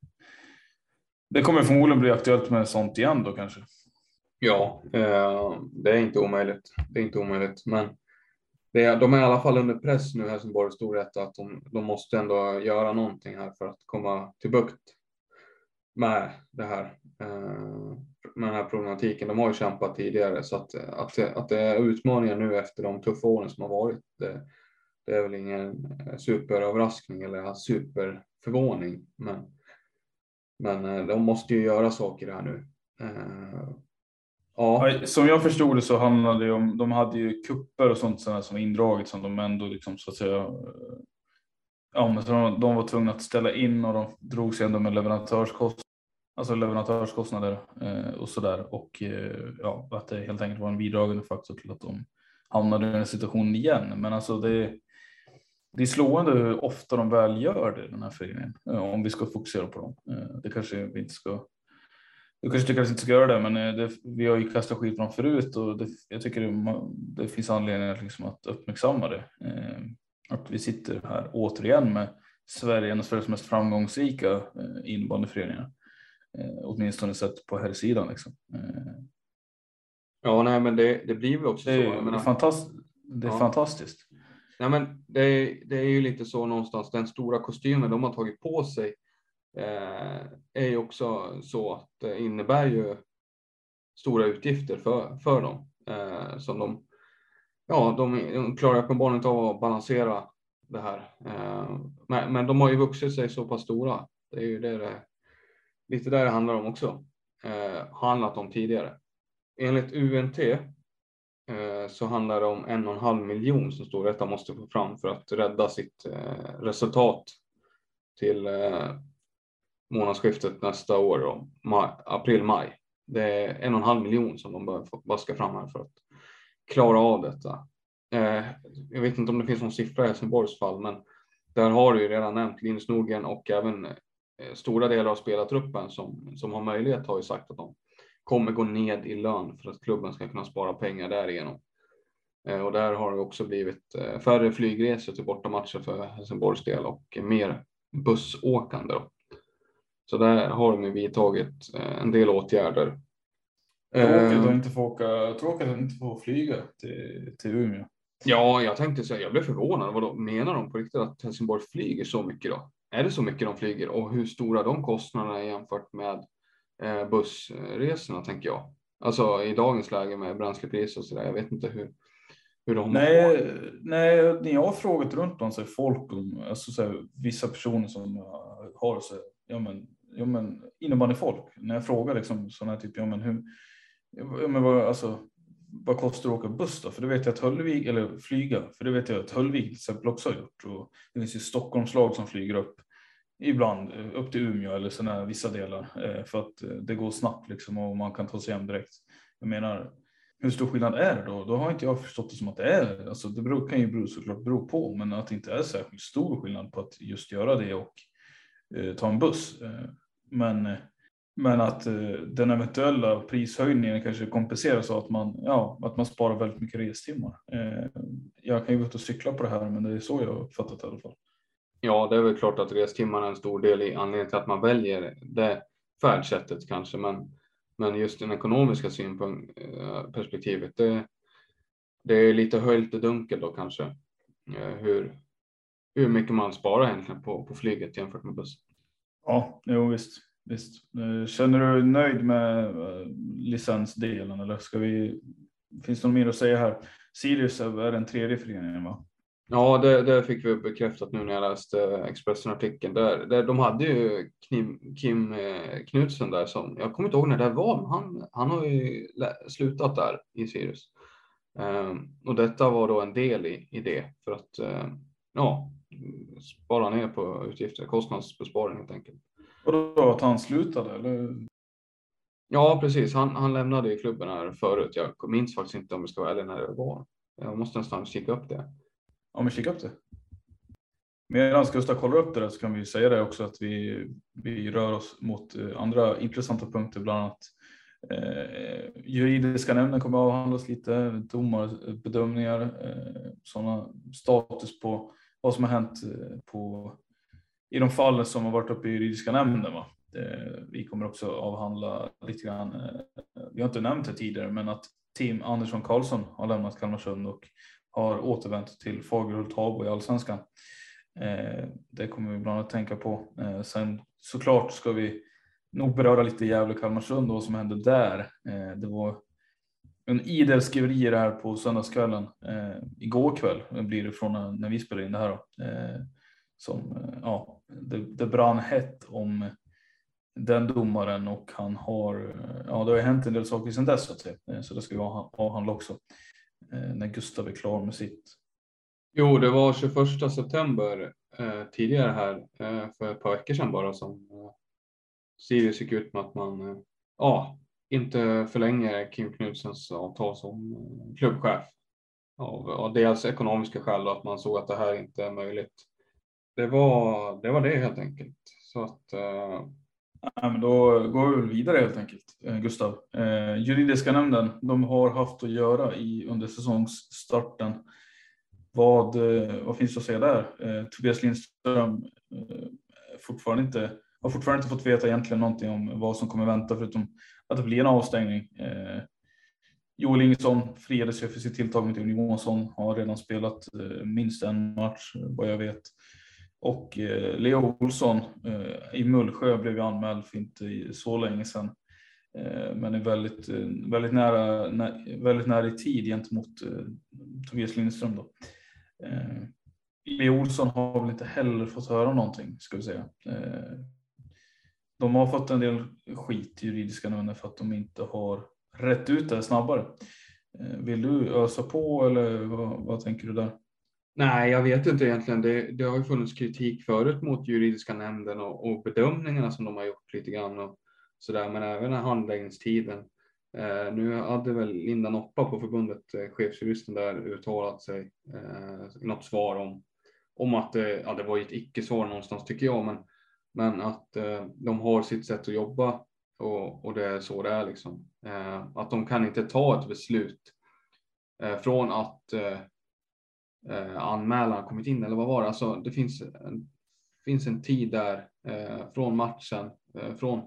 Det kommer förmodligen bli aktuellt med sånt igen då kanske? Ja, eh, det är inte omöjligt. Det är inte omöjligt, men det är, de är i alla fall under press nu här som bara Storvreta att de, de måste ändå göra någonting här för att komma till bukt med det här. Eh, med den här problematiken. De har ju kämpat tidigare så att, att, det, att det är utmaningar nu efter de tuffa åren som har varit. Det, det är väl ingen superöverraskning eller superförvåning. Men, men de måste ju göra saker här nu. Uh, ja. Som jag förstod det så handlade det om, de hade ju kupper och sånt som var indraget som de ändå liksom så att säga, ja men så de, de var tvungna att ställa in och de drog sig ändå med leverantörskostnader. Alltså leverantörskostnader eh, och sådär. Och eh, ja, att det helt enkelt var en bidragande faktor till att de hamnade i den situationen igen. Men alltså det, det är slående hur ofta de väl gör det, den här föreningen. Eh, om vi ska fokusera på dem. Eh, det kanske vi inte ska... Du kanske tycker att vi inte ska göra det, men eh, det, vi har ju kastat skit på dem förut. Och det, jag tycker det, det finns anledning att, liksom, att uppmärksamma det. Eh, att vi sitter här återigen med Sverige, en av Sveriges mest framgångsrika eh, innebandyföreningar. Eh, åtminstone sett på här sidan liksom. Eh. Ja, nej, men det, det blir väl också det är, så. Jag menar, det är, fantast, det är ja. fantastiskt. Nej, men det, det är ju lite så någonstans, den stora kostymen de har tagit på sig eh, är ju också så att det innebär ju stora utgifter för, för dem. Eh, som de, ja, de, de klarar uppenbarligen inte av att balansera det här. Eh, men, men de har ju vuxit sig så pass stora. Det är ju det det lite där det handlar om också. Eh, handlat om tidigare. Enligt U N T eh, så handlar det om en och en halv miljon som Storvreta måste få fram för att rädda sitt eh, resultat till eh, månadsskiftet nästa år, då, maj, april-maj. Det är en och en halv miljon som de bör vaska fram här för att klara av detta. Eh, jag vet inte om det finns någon siffra i Helsingborgs fall, men där har du ju redan nämnt Linus Nordgren och även stora delar av spelartruppen som, som har möjlighet har ju sagt att de kommer gå ned i lön för att klubben ska kunna spara pengar därigenom. Eh, och där har det också blivit eh, färre flygresor till bortamatcher för Helsingborgs del och mer bussåkande. Då. Så där har de ju vidtagit eh, en del åtgärder. Tråkigt att inte få åka, tråkigt att inte få flyga till, till Umeå. Ja, jag tänkte säga, jag blev förvånad. Vad då, menar de på riktigt att Helsingborg flyger så mycket då? är det så mycket de flyger och hur stora de kostnaderna är jämfört med eh, bussresorna, tänker jag. Alltså i dagens läge med bränslepris och sådär. Jag vet inte hur, hur de nej, nej, när jag har frågat runt om så är folk, alltså så här, vissa personer som har så här, ja men, ja men innebandyfolk. När jag frågar liksom sådana här typ, ja men hur, ja men vad, alltså, vad kostar det att åka buss då? För det vet jag att Höllvik, eller flyga, för det vet jag att Höllvik till exempel också har gjort. Och det finns ju Stockholmslag som flyger upp ibland upp till Umeå eller sådana vissa delar för att det går snabbt liksom och man kan ta sig hem direkt. Jag menar, hur stor skillnad är det då? Då har inte jag förstått det som att det är, alltså det beror, kan ju bero, såklart bero på, men att det inte är särskilt stor skillnad på att just göra det och eh, ta en buss. Eh, men, men att eh, den eventuella prishöjningen kanske kompenseras av att man, ja, att man sparar väldigt mycket restimmar. Eh, jag kan ju gå ut och cykla på det här, men det är så jag har uppfattat det i alla fall. Ja, det är väl klart att restimmarna är en stor del i anledningen till att man väljer det färdsättet kanske, men, men just den ekonomiska synpunkt, perspektivet, det, det är lite höjt och dunkel då kanske, hur, hur mycket man sparar egentligen på, på flyget jämfört med buss. Ja, jo, visst, visst. Känner du dig nöjd med licensdelen eller ska vi, finns det något mer att säga här? Sirius är den tredje föreningen, va? Ja, det, det fick vi bekräftat nu när jag läste Expressen-artikeln. Där, där de hade ju Kim, Kim Knutsen där som, jag kommer inte ihåg när det var, men han, han har ju slutat där i Sirius. Um, och detta var då en del i, i det för att uh, ja, spara ner på utgifter, kostnadsbesparing helt enkelt. Och då att han slutade, eller? Ja, precis. Han, han lämnade ju klubben här förut. Jag minns faktiskt inte om vi ska vara ärliga när det var. Jag måste nästan kika upp det. Ja, men kika upp det. Medan Gustav kollar upp det där så kan vi säga det också att vi, vi rör oss mot andra intressanta punkter, bland annat eh, juridiska nämnden kommer att avhandlas lite, domarbedömningar, eh, sådana status på vad som har hänt på, i de fallen som har varit uppe i juridiska nämnden. Va? Eh, vi kommer också avhandla lite grann, eh, vi har inte nämnt det tidigare, men att Tim Andersson Karlsson har lämnat Kalmarsund och har återvänt till Fagerhult-Habo i Allsvenskan. Eh, det kommer vi bland annat tänka på. Eh, sen såklart ska vi nog beröra lite Gävle Kalmarsund och vad som hände där. Eh, det var en idel skriverier här på söndagskvällen. Eh, igår kväll blir det från när vi spelar in det här. Då. Eh, som, eh, ja, det, det brann hett om den domaren och han har, ja det har hänt en del saker sedan dess så att säga. Eh, så det ska vi avhandla också. När Gustav är klar med sitt. Jo, det var tjugoförsta september eh, tidigare här eh, för ett par veckor sedan bara som eh, Sirius gick ut med att man eh, ja, inte förlänger Kim Knutsens avtal som eh, klubbchef. Av, av dels ekonomiska skäl och att man såg att det här inte är möjligt. Det var det, var det helt enkelt. Så att eh, Ja, men då går vi vidare helt enkelt, Gustav. Eh, juridiska nämnden, de har haft att göra i under säsongsstarten. Vad, vad finns det att säga där? Eh, Tobias Lindström eh, fortfarande inte, har fortfarande inte fått veta egentligen någonting om vad som kommer vänta förutom att det blir en avstängning. Eh, Joel Ingesson friades för sitt tilltag med Tim Johansson, har redan spelat eh, minst en match vad jag vet. Och eh, Leo Olsson eh, i Mullsjö blev ju anmäld för inte så länge sedan. Eh, men är väldigt, eh, väldigt, nära, nä, väldigt nära i tid gentemot eh, Tobias Lindström. Då. Eh, Leo Olsson har väl inte heller fått höra någonting, ska vi säga. Eh, de har fått en del skit i juridiska nämnden för att de inte har rätt ut det snabbare. Eh, vill du ösa på eller vad, vad tänker du där? Nej, jag vet inte egentligen. Det, det har ju funnits kritik förut mot juridiska nämnden och, och bedömningarna som de har gjort lite grann och sådär, men även handläggningstiden. Eh, nu hade väl Linda Noppa på förbundet, eh, chefsjuristen där, uttalat sig eh, i något svar om, om att det, ja, det var ett icke-svar någonstans tycker jag, men, men att eh, de har sitt sätt att jobba och, och det är så det är liksom. Eh, att de kan inte ta ett beslut eh, från att eh, Eh, anmälan kommit in eller vad var det? Alltså det finns en, finns en tid där eh, från matchen, eh, från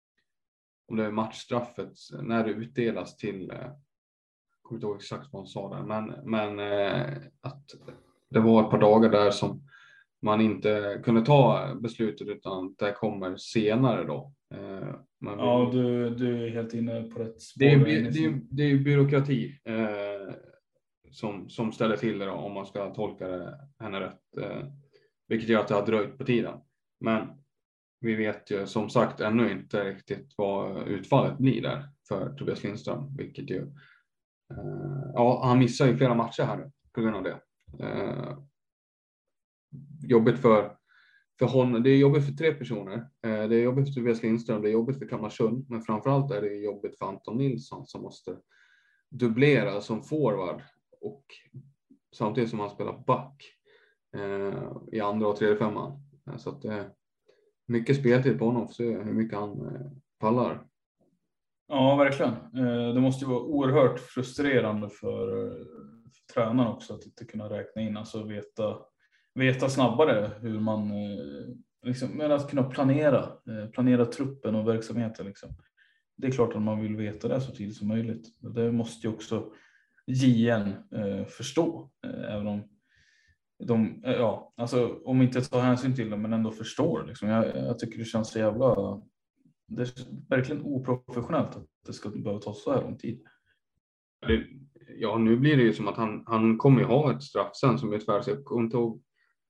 om det är matchstraffet när det utdelas till, eh, jag kommer inte ihåg exakt vad han sa där, men, men eh, att det var ett par dagar där som man inte kunde ta beslutet, utan det kommer senare då. Man vill... Ja, du, du är helt inne på rätt spår. Det är, det är, det är byråkrati eh, som, som ställer till det då, om man ska tolka det, henne rätt. Eh, vilket gör att det har dröjt på tiden. Men vi vet ju som sagt ännu inte riktigt vad utfallet blir där för Tobias Lindström. Vilket ju, eh, ja, han missar ju flera matcher här nu på grund av det. Eh, jobbigt för, för honom, det är jobbigt för tre personer. Eh, det är jobbigt för Tobias Lindström, det är jobbigt för Kalmarsund, men framförallt är det jobbigt för Anton Nilsson som måste dubblera som forward och samtidigt som han spelar back eh, i andra och tredje femman. Eh, så att det är mycket speltid på honom för att se hur mycket han eh, pallar. Ja, verkligen. Eh, det måste ju vara oerhört frustrerande för, för tränaren också att inte kunna räkna in, alltså veta veta snabbare hur man liksom, men att kunna planera planera truppen och verksamheten liksom. Det är klart att man vill veta det så tidigt som möjligt. Det måste ju också J N eh, förstå, eh, även om de eh, ja, alltså om inte tar hänsyn till det, men ändå förstår liksom. jag, jag tycker det känns så jävla, det är verkligen oprofessionellt att det ska behöva ta så här lång tid. Det, ja, nu blir det ju som att han, han kommer ju ha ett straff sen som utfärdas. Jag kommer inte ihåg.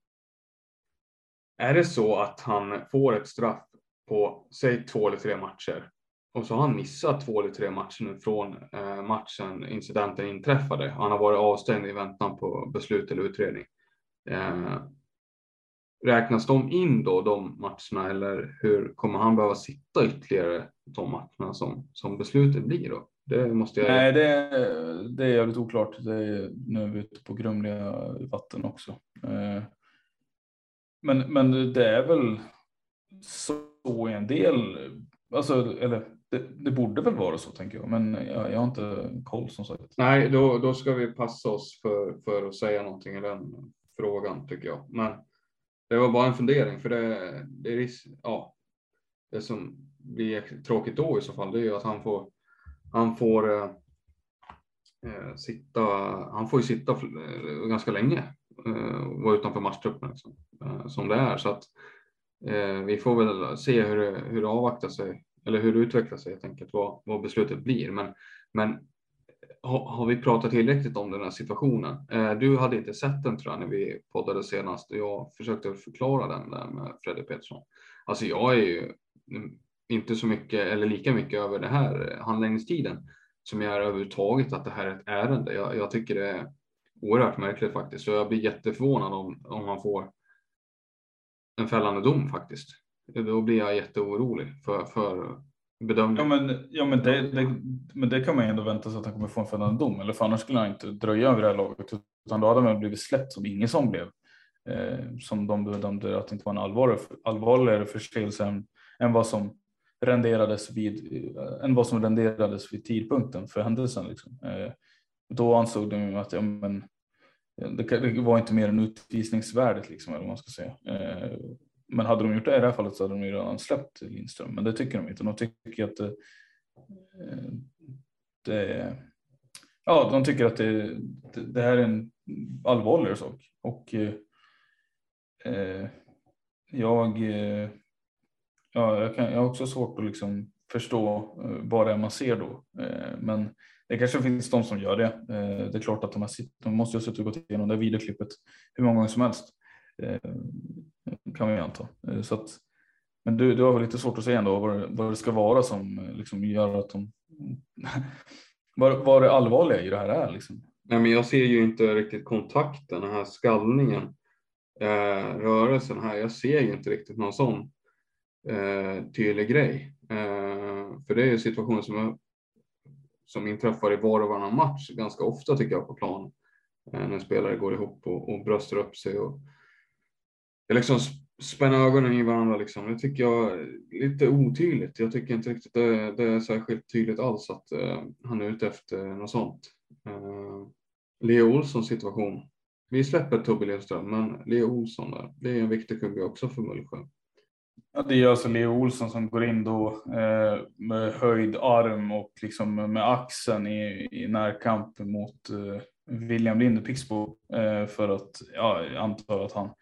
Är det så att han får ett straff på, säg två eller tre matcher, och så har han missat två eller tre matcher nu från eh, matchen incidenten inträffade. Han har varit avstängd i väntan på beslut eller utredning. Eh, räknas de in då, de matcherna, eller hur kommer han behöva sitta ytterligare de matcherna som, som beslutet blir då? Det måste jag... Nej, det, det är jävligt oklart. Det är, nu är vi ute på grumliga vatten också. Eh, Men, men det är väl så en del, alltså, eller det, det borde väl vara så tänker jag, men jag, jag har inte koll som sagt. Nej, då, då ska vi passa oss för, för att säga någonting i den frågan tycker jag. Men det var bara en fundering, för det, det är ja, det som blir tråkigt då i så fall, det är ju att han får, han får eh, sitta, han får ju sitta för, ganska länge. Uh, var utanför matchtruppen liksom, uh, som det är, så att uh, vi får väl se hur det, hur det avvaktar sig eller hur det utvecklar sig helt enkelt, vad, vad beslutet blir, men, men ha, har vi pratat tillräckligt om den här situationen? Uh, du hade inte sett den tror jag när vi poddade senast och jag försökte förklara den där med Fredrik Pettersson. Alltså jag är ju inte så mycket eller lika mycket över det här handläggningstiden som jag är överhuvudtaget att det här är ett ärende. Jag, jag tycker det är oerhört märkligt faktiskt. Så jag blir jätteförvånad om, om han får en fällande dom faktiskt. Då blir jag jätteorolig för, för bedömningen. Ja, men, ja, men, det, det, men det kan man ju ändå vänta sig att han kommer få en fällande dom. Eller för annars skulle han inte dröja över det här laget. Utan då hade han blivit släppt som ingen som blev. Eh, som de bedömde att det inte var en allvarligare, allvarligare förseelse än, än vad som renderades vid, än vad som renderades vid tidpunkten för händelsen. Liksom. Eh, då ansåg de att ja, men, det, det var inte mer än utvisningsvärdet liksom, eller vad man ska säga. Eh, men hade de gjort det i det här fallet så hade de ju redan släppt Lindström. Men det tycker de inte. De tycker att det, det ja, de tycker att det, det, det här är en allvarligare sak. Och eh, jag, eh, ja, jag, kan, jag har också svårt att liksom förstå eh, vad det är man ser då. Eh, men det kanske finns de som gör det. Eh, det är klart att de, har sitt, de måste ju ha suttit och gått igenom det videoklippet hur många gånger som helst. Eh, kan vi anta. Eh, så att, men du, du har väl lite svårt att säga ändå vad, vad det ska vara som liksom gör att de... vad, vad det allvarliga i det här är liksom. Nej, men jag ser ju inte riktigt kontakten, den här skallningen, eh, rörelsen här. Jag ser ju inte riktigt någon sån eh, tydlig grej. Eh, för det är ju situationer som, som inträffar i var och varannan match ganska ofta tycker jag på plan. Eh, när spelare går ihop och, och bröstar upp sig och det liksom spänner ögonen i varandra liksom. Det tycker jag är lite otydligt. Jag tycker inte riktigt det, det är särskilt tydligt alls att eh, han är ute efter något sånt. Uh, Leo Olssons situation. Vi släpper Tobbe Lindström, men Leo Olsson där, det är en viktig kugge också för Mullsjö. Ja, det är alltså Leo Olsson som går in då eh, med höjd arm och liksom med axeln i, i närkamp mot eh, William Linde Pixbo eh, för att ja, jag antar att han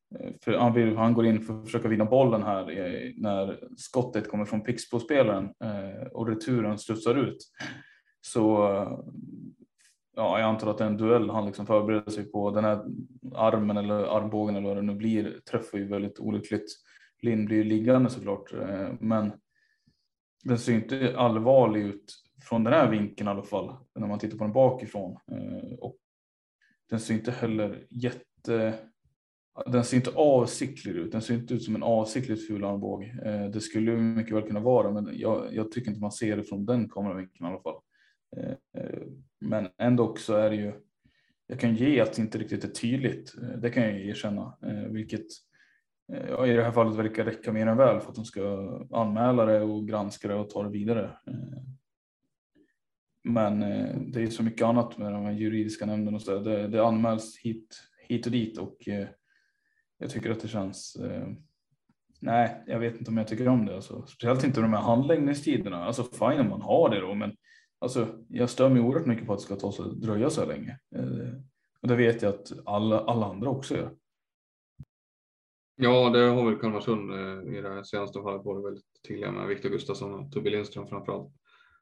För han, vill, han går in för att försöka vinna bollen här när skottet kommer från Pixbo-spelaren och returen studsar ut. Så ja, jag antar att det är en duell han liksom förbereder sig på. Den här armen eller armbågen eller vad det nu blir träffar ju väldigt olyckligt. Lind blir liggande såklart, men den ser inte allvarlig ut från den här vinkeln i alla fall när man tittar på den bakifrån. Och den ser inte heller jätte... Den ser inte avsiktlig ut. Den ser inte ut som en avsiktligt ful armbåge. Det skulle mycket väl kunna vara, men jag, jag tycker inte man ser det från den kameravinkeln i alla fall. Men ändå så är det ju... Jag kan ge att det inte riktigt är tydligt. Det kan jag erkänna. Vilket ja, i det här fallet verkar räcka mer än väl för att de ska anmäla det och granska det och ta det vidare. Men det är så mycket annat med de här juridiska nämnden och så. Det, det anmäls hit, hit och dit och jag tycker att det känns... Nej, jag vet inte om jag tycker om det. Alltså, speciellt inte de här handläggningstiderna. Alltså fine om man har det då, men alltså, jag stör mig oerhört mycket på att det ska ta så, dröja så länge. Och det vet jag att alla, alla andra också gör. Ja, det har väl Kalmarsund i det här senaste fallet varit väldigt tydliga med Viktor Gustafsson och Tobbe Lindström framförallt.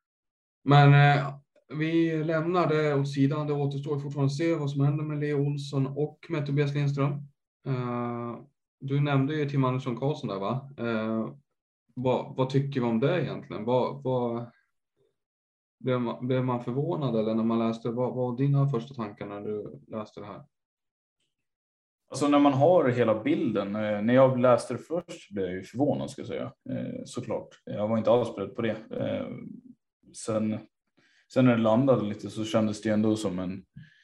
Men eh, vi lämnar det åt sidan. Det återstår fortfarande att se vad som händer med Leo Olsson och med Tobias Lindström. Eh, du nämnde ju Tim Andersson Karlsson där, va? Eh, vad, vad tycker vi om det egentligen? Vad, vad, blev, man, blev man förvånad eller när man läste? Vad var dina första tankar när du läste det här? Alltså när man har hela bilden, när jag läste det först blev jag ju förvånad ska jag säga, såklart. Jag var inte alls beredd på det. Sen, sen när det landade lite så kändes det ändå som en,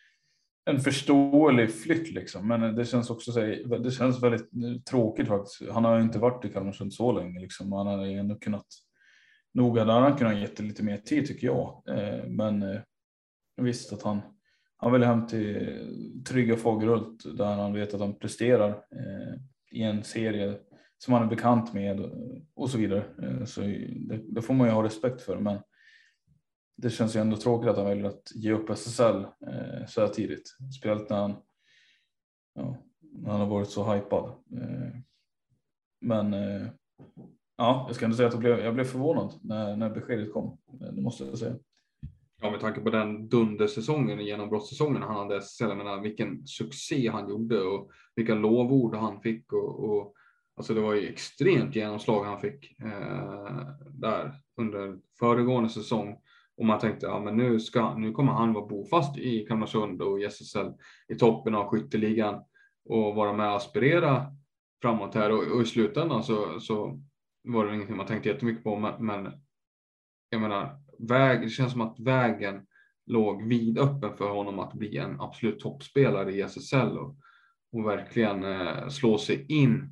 en förståelig flytt liksom. Men det känns också, det känns väldigt tråkigt faktiskt. Han har inte varit i Kalmarsund så länge liksom. Han hade ändå kunnat, nog hade han kunnat ge lite mer tid tycker jag. Men jag visste att han Han vill hem till trygga Fagerhult där han vet att han presterar eh, i en serie som han är bekant med och så vidare. Eh, så det, det får man ju ha respekt för. Men det känns ju ändå tråkigt att han väljer att ge upp S S L eh, så här tidigt. Speciellt när han, ja, när han har varit så hypad. Eh, men eh, ja, jag ska ändå säga att jag blev, jag blev förvånad när, när beskedet kom. Det måste jag säga. Ja, med tanke på den dundersäsongen, genombrottssäsongen han hade, jag menar, vilken succé han gjorde och vilka lovord han fick och, och alltså det var ju extremt genomslag han fick eh, där under föregående säsong och man tänkte ja men nu ska nu kommer han vara bofast i Kalmarsund och i S S L i toppen av skytteligan och vara med och aspirera framåt här och, och i slutändan så, så var det ingenting man tänkte jättemycket på men, men jag menar väg, det känns som att vägen låg vidöppen för honom att bli en absolut toppspelare i S S L och, och verkligen eh, slå sig in.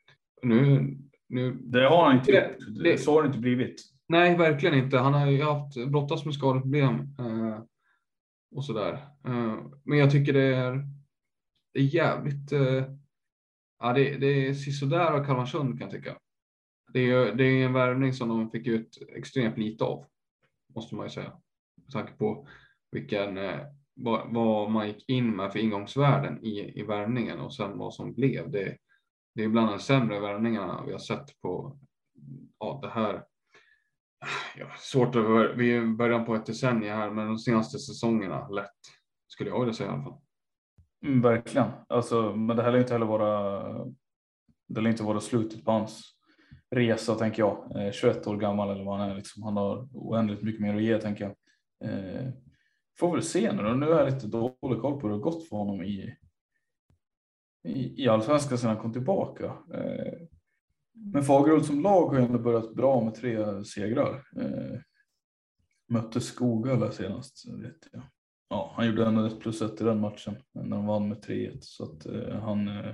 Nu, nu, det har han inte det, gjort. Det, så har det inte blivit. Nej, verkligen inte. Han har ju haft brottas med skadeproblem eh, och sådär. Eh, men jag tycker det är, det är jävligt... Eh, ja, det, det är sisådär av Kalmarsund kan jag tycka. Det är, det är en värvning som de fick ut extremt lite av. Måste man ju säga. Med tanke på vilken, eh, vad, vad man gick in med för ingångsvärden i, i värvningen och sen vad som blev. Det, det är bland de sämre värvningarna vi har sett på ja, det här. Ja, svårt att, vi är i början på ett decennium här, men de senaste säsongerna lätt skulle jag vilja säga i alla fall. Mm, verkligen. Alltså, men det här är inte heller vara, det är inte vara slutet på hans resa tänker jag. Eh, tjugoett år gammal eller vad han är. Liksom. Han har oändligt mycket mer att ge tänker jag. Eh, får väl se nu. Nu är jag lite dålig koll på hur det har gått för honom i, i, i allsvenskan sedan han kom tillbaka. Eh, men Fagerhult som lag har ändå börjat bra med tre segrar. Eh, mötte Skoghall senast vet jag. Ja, han gjorde ändå ett plus ett i den matchen när de vann med tre ett. Så att eh, han... Eh,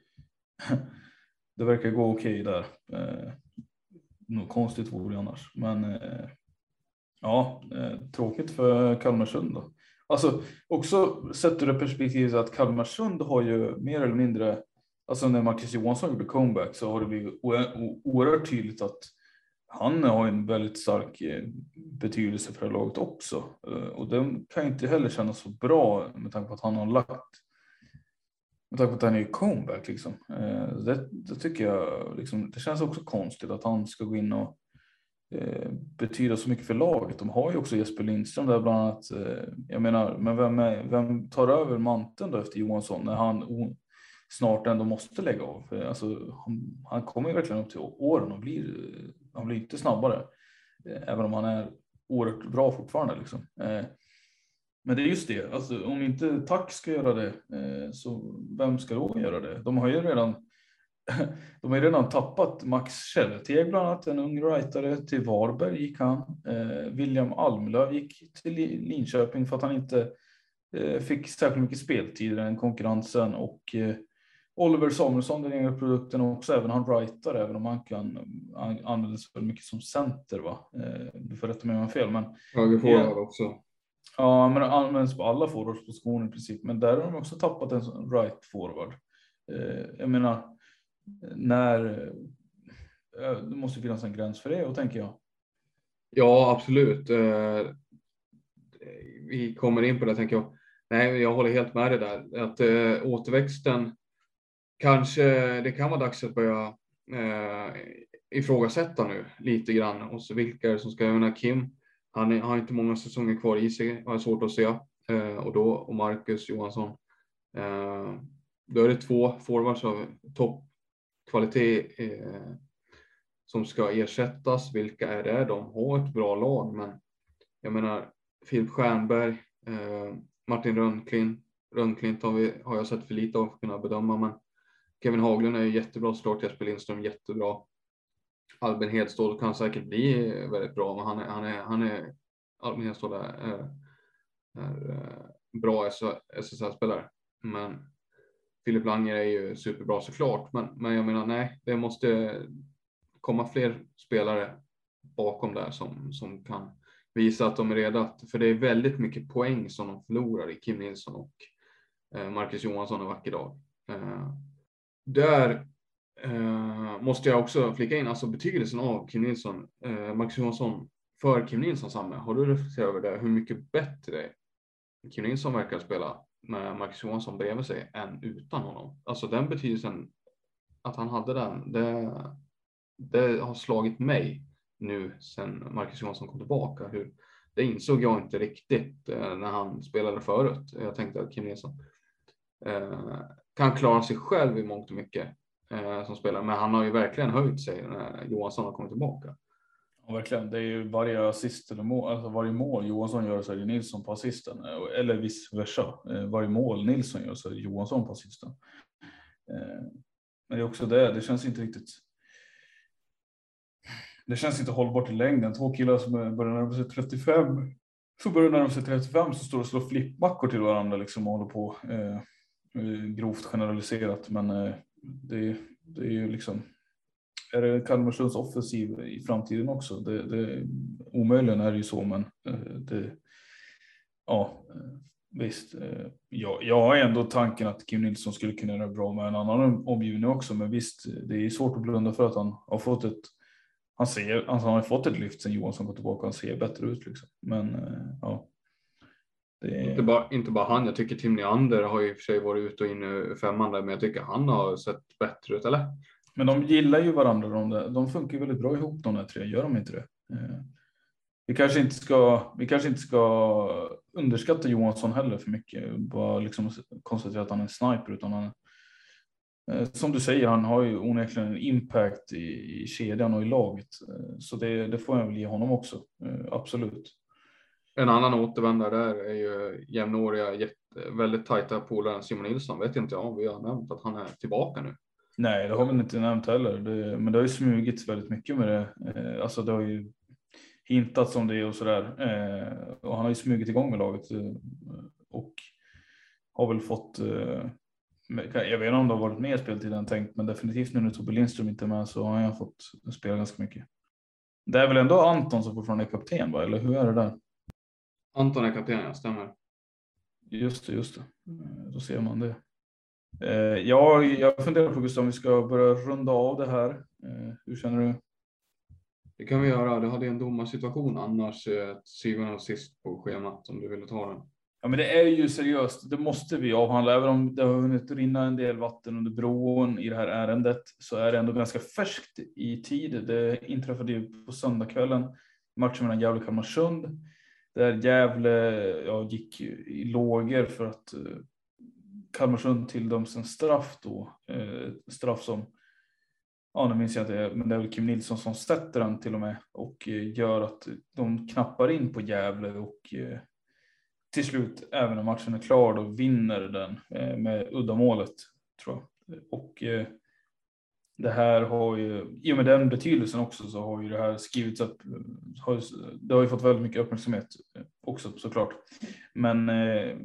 det verkar gå okej okay där. Eh, något konstigt vore det annars. Men eh, ja, eh, tråkigt för Kalmarsund då. Alltså också sett ur det perspektivet att Kalmarsund har ju mer eller mindre, alltså när Marcus Johansson gjorde comeback så har det blivit oerhört tydligt att han har en väldigt stark betydelse för laget också. Och det kan inte heller kännas så bra med tanke på att han har lagt med tanke på att han är ju comeback liksom. Eh, det, det tycker jag liksom, det känns också konstigt att han ska gå in och eh, betyda så mycket för laget. De har ju också Jesper Lindström där bland annat. Eh, jag menar, men vem, är, vem tar över manteln då efter Johansson när han o, snart ändå måste lägga av? För, alltså, han, han kommer ju verkligen upp till åren och blir, han blir inte snabbare. Eh, även om han är oerhört bra fortfarande liksom. Eh, Men det är just det, alltså, om inte Tack ska göra det, eh, så vem ska då göra det? De har ju redan, de har ju redan tappat Max Källeteg bland annat, en ung rightare, till Varberg gick han. Eh, William Almlöv gick till Linköping för att han inte eh, fick särskilt mycket speltid i den konkurrensen. Och eh, Oliver Samuelsson, den egna produkten, också även han rightare, även om han kan an- användas för mycket som center, va? Eh, du får rätta mig om jag har fel, men högerforward också. Ja, men det används på alla forwardspositioner i princip. Men där har de också tappat en right forward. Eh, jag menar, när eh, det måste finnas en gräns för det, och tänker jag. Ja, absolut. Eh, vi kommer in på det, tänker jag. Nej, jag håller helt med dig där. Att eh, återväxten, kanske det kan vara dags att börja eh, ifrågasätta nu lite grann. Och så vilka är det som ska göra Kim? Han är, har inte många säsonger kvar i sig, har svårt att se. Eh, och då, och Marcus Johansson. Eh, då är det två forwards av toppkvalitet eh, som ska ersättas. Vilka är det? De har ett bra lag, men jag menar Filip Stjernberg, eh, Martin Rönnklint, Rönnklint har, vi, har jag sett för lite av att kunna bedöma, men Kevin Haglund är ju jättebra såklart, Jesper Lindström jättebra. Albin Hedstål kan säkert bli väldigt bra, men han är, han är, han är Albin Hedstål är, är, är bra S S L-spelare. Men Filip Langer är ju superbra såklart, men, men jag menar nej, det måste komma fler spelare bakom där som, som kan visa att de är redo, för det är väldigt mycket poäng som de förlorar i Kim Nilsson och eh, Marcus Johansson en vacker dag. Eh, där Uh, måste jag också flika in, alltså betydelsen av Kim Nilsson, uh, Marcus Johansson för Kim Nilsson samma. Har du reflekterat över det? Hur mycket bättre Kim Nilsson verkar spela med Marcus Johansson bredvid sig än utan honom? Alltså den betydelsen, att han hade den, det, det har slagit mig nu sen Marcus Johansson kom tillbaka. Hur, det insåg jag inte riktigt uh, när han spelade förut. Jag tänkte att Kim Nilsson uh, kan klara sig själv i mångt och mycket som spelar, men han har ju verkligen höjt sig när Johansson har kommit tillbaka. Ja, verkligen. Det är ju varje assist eller mål, alltså varje mål Johansson gör så är det Nilsson på assisten, eller vice versa. Varje mål Nilsson gör så är det Johansson på assisten. Men det är också det, det känns inte riktigt det känns inte hållbart i längden. Två killar som börjar närma sig trettiofem så börjar närma sig trettiofem så står och slår flippmackor till varandra liksom, och håller på eh, grovt generaliserat, men eh, det, det är ju liksom, är det Kalmarsunds offensiv i framtiden också? Det, det, omöjligen är det ju så, men det, ja, visst. Jag, jag har ändå tanken att Kim Nilsson skulle kunna göra bra med en annan omgivning också, men visst, det är svårt att blunda för att han har fått ett, han ser, alltså han har fått ett lyft sen Johansson går tillbaka, han ser bättre ut liksom, men ja. Det är... Inte, bara, inte bara han, jag tycker Tim Neander har ju i och för sig varit ute och in i femman där, men jag tycker han har sett bättre ut, eller? Men de gillar ju varandra, de, där. De funkar ju väldigt bra ihop de där tre, gör de inte det? Eh, vi, kanske inte ska, vi kanske inte ska underskatta Johansson heller för mycket, bara liksom konstatera att han är en sniper, utan han, eh, som du säger, han har ju onekligen en impact i, i kedjan och i laget, eh, så det, det får jag väl ge honom också, eh, absolut. En annan återvändare där är ju jämnåriga, jätte, väldigt tajta polaren Simon Nilsson. Vet inte om vi har nämnt att han är tillbaka nu. Nej, det har vi inte nämnt heller. Det, men det har ju smugits väldigt mycket med det. Eh, alltså det har ju hintats om det och sådär. Eh, och han har ju smugit igång med laget. Eh, och har väl fått... Eh, jag vet inte om det har varit mer speltid än tänkt. Men definitivt nu när Tobbe Lindström inte är med så har han fått spela ganska mycket. Det är väl ändå Anton som fortfarande är kapten, va? Eller hur är det där? Anton är kapten, ja, stämmer. Just det, just det. Då ser man det. Eh, ja, jag funderar på Gustav om vi ska börja runda av det här. Eh, hur känner du? Det kan vi göra. Det hade en domarsituation annars, eh, syvende och sist på schemat om du ville ta den. Ja, men det är ju seriöst. Det måste vi avhandla. Även om det har hunnit rinna en del vatten under bron i det här ärendet, så är det ändå ganska färskt i tid. Det inträffade ju på söndagskvällen, matchen mellan Gävle och Kalmarsund, där Gävle ja, gick i lågor för att uh, Kalmarsund tilldöms en straff då. Uh, straff som, ja nu minns jag inte, men det är väl Kim Nilsson som sätter den till och med och uh, gör att de knappar in på Gävle och uh, till slut, även när matchen är klar, då vinner den uh, med uddamålet, tror jag. Och uh, det här har ju, i och med den betydelsen också, så har ju det här skrivits upp, har, det har ju fått väldigt mycket uppmärksamhet också såklart. Men eh,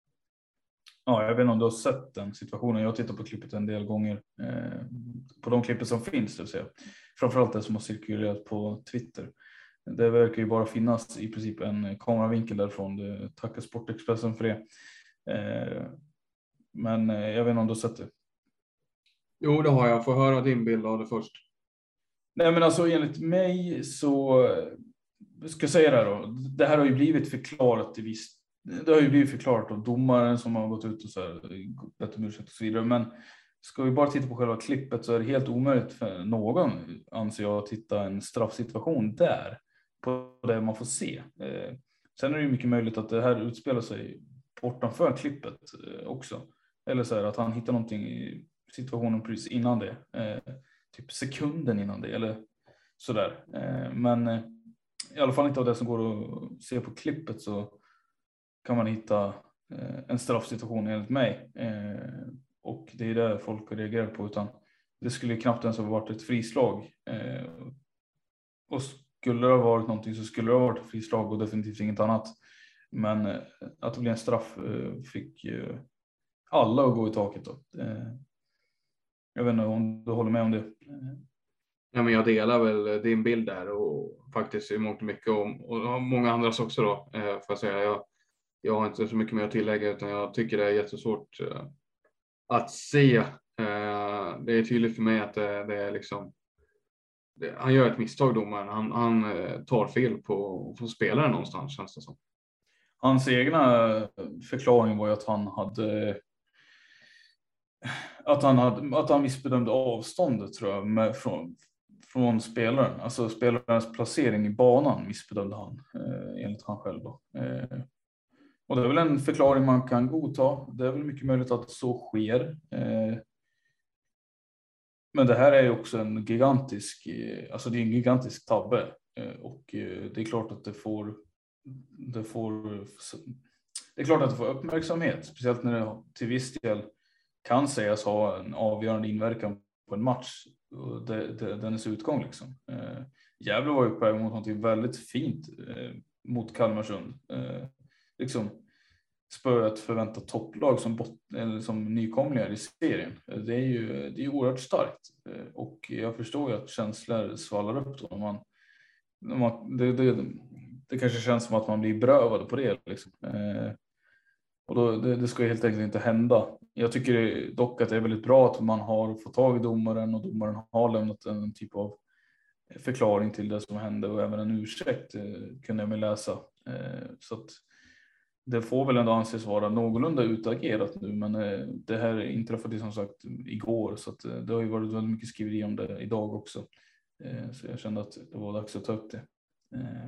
ja, jag vet inte om du har sett den situationen. Jag har tittat på klippet en del gånger, eh, på de klippen som finns, det vill säga. Framförallt det som har cirkulerat på Twitter. Det verkar ju bara finnas i princip en kameravinkel därifrån. Det tackar Sportexpressen för det. Eh, men eh, jag vet inte om du har sett det. Jo, det har jag. Får höra din bild av det först. Nej, men alltså enligt mig så ska jag säga det här då. Det här har ju blivit förklarat i viss. Det har ju blivit förklarat av domaren som har gått ut och så här bett om ursäkt och så vidare. Men ska vi bara titta på själva klippet så är det helt omöjligt för någon, anser jag, att hitta en straffsituation där på det man får se. Eh, sen är det ju mycket möjligt att det här utspelar sig bortanför klippet eh, också. Eller så här att han hittar någonting i situationen precis innan det, eh, typ sekunden innan det eller sådär. Eh, men eh, i alla fall inte av det som går att se på klippet så kan man hitta eh, en straffsituation enligt mig. Eh, och det är det folk har reagerat på, utan det skulle knappt ens ha varit ett frislag. Eh, och skulle det ha varit någonting så skulle det ha varit ett frislag och definitivt inget annat. Men eh, att det blir en straff eh, fick eh, alla att gå i taket då. Eh, Jag vet inte om du håller med om det. Ja, men jag delar väl din bild där och faktiskt i mångt och mycket om, och många andras också då. Eh, får jag, säga. Jag, jag har inte så mycket mer att tillägga, utan jag tycker det är jättesvårt eh, att se. Eh, det är tydligt för mig att det, det är liksom, det, han gör ett misstag, domaren. Han, han eh, tar fel på, på spelaren någonstans, känns det som. Hans egna förklaring var ju att han hade Att han, hade, att han missbedömde avståndet, tror jag, med, från, från spelaren. Alltså spelarens placering i banan missbedömde han, eh, enligt han själv. Då. Eh, och det är väl en förklaring man kan godta. Det är väl mycket möjligt att så sker. Eh, men det här är ju också en gigantisk, eh, alltså det är en gigantisk tabbe. Eh, och eh, det är klart att det får, det får, det är klart att det får uppmärksamhet. Speciellt när det till viss del kan sägas ha en avgörande inverkan på en match och det, det, dennes utgång. Liksom. Eh, Gävle var ju på väg mot något väldigt fint eh, mot Kalmarsund. Eh, liksom spöa ett förväntat topplag som, bot, eller som nykomlingar i serien. Eh, det är ju det är oerhört starkt. Eh, och jag förstår ju att känslor svallar upp då. När man, när man, det, det, det kanske känns som att man blir brövad på det. Liksom. Eh, Och då, det, det ska ju helt enkelt inte hända. Jag tycker dock att det är väldigt bra att man har fått tag i domaren och domaren har lämnat en typ av förklaring till det som hände och även en ursäkt eh, kunde jag väl läsa. Eh, så att det får väl ändå anses vara någorlunda utagerat nu, men eh, det här inträffade som sagt igår, så att eh, det har ju varit väldigt mycket skriveri om det idag också. Eh, så jag kände att det var dags att ta upp det. Eh,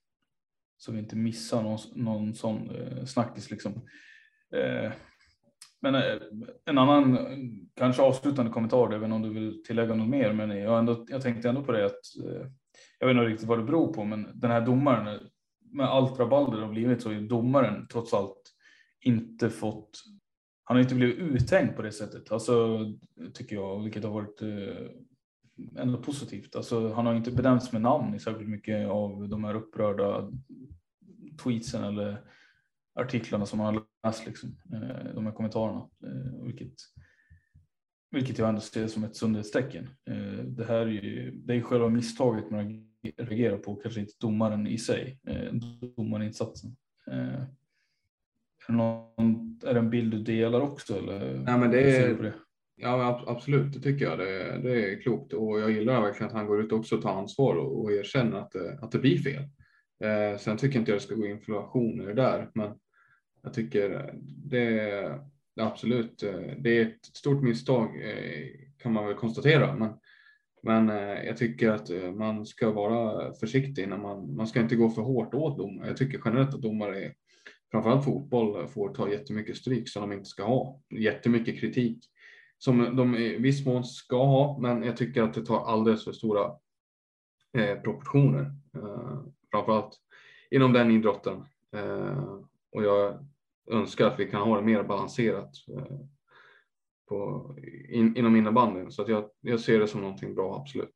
Så vi inte missar någon, någon sån eh, snackis liksom. Eh, men eh, en annan kanske avslutande kommentar, jag vet inte om du vill tillägga något mer, men jag, ändå, jag tänkte ändå på det att eh, jag vet inte riktigt vad det beror på, men den här domaren, med allt rabalder har blivit så är domaren trots allt inte fått, han har inte blivit uthängd på det sättet, alltså tycker jag, vilket har varit eh, ändå positivt. Alltså, han har inte bedömts med namn i särskilt mycket av de här upprörda tweetsen eller artiklarna som man har läst, liksom, de här kommentarerna, vilket, vilket jag ändå ser som ett sundhetstecken. Det här är ju, det är själva misstaget man reagerar på, kanske inte domaren i sig, domarinsatsen. Är det, någon, är det en bild du delar också? Eller? Nej, men det är, det? Ja, absolut, det tycker jag. Det, det är klokt, och jag gillar verkligen att han går ut också och tar ansvar och, och erkänner att det, att det blir fel. Eh, sen tycker inte jag det ska gå inflationer där, men Jag tycker det är absolut, det är ett stort misstag kan man väl konstatera. Men, men jag tycker att man ska vara försiktig när man, man ska inte gå för hårt åt domare. Jag tycker generellt att domare, framförallt fotboll, får ta jättemycket stryk som de inte ska ha. Jättemycket kritik som de i viss mån ska ha, men jag tycker att det tar alldeles för stora eh, proportioner. Eh, framförallt inom den idrotten. Eh, och jag önskar att vi kan ha det mer balanserat eh, på, in, inom innebandyn. Så att jag, jag ser det som någonting bra, absolut.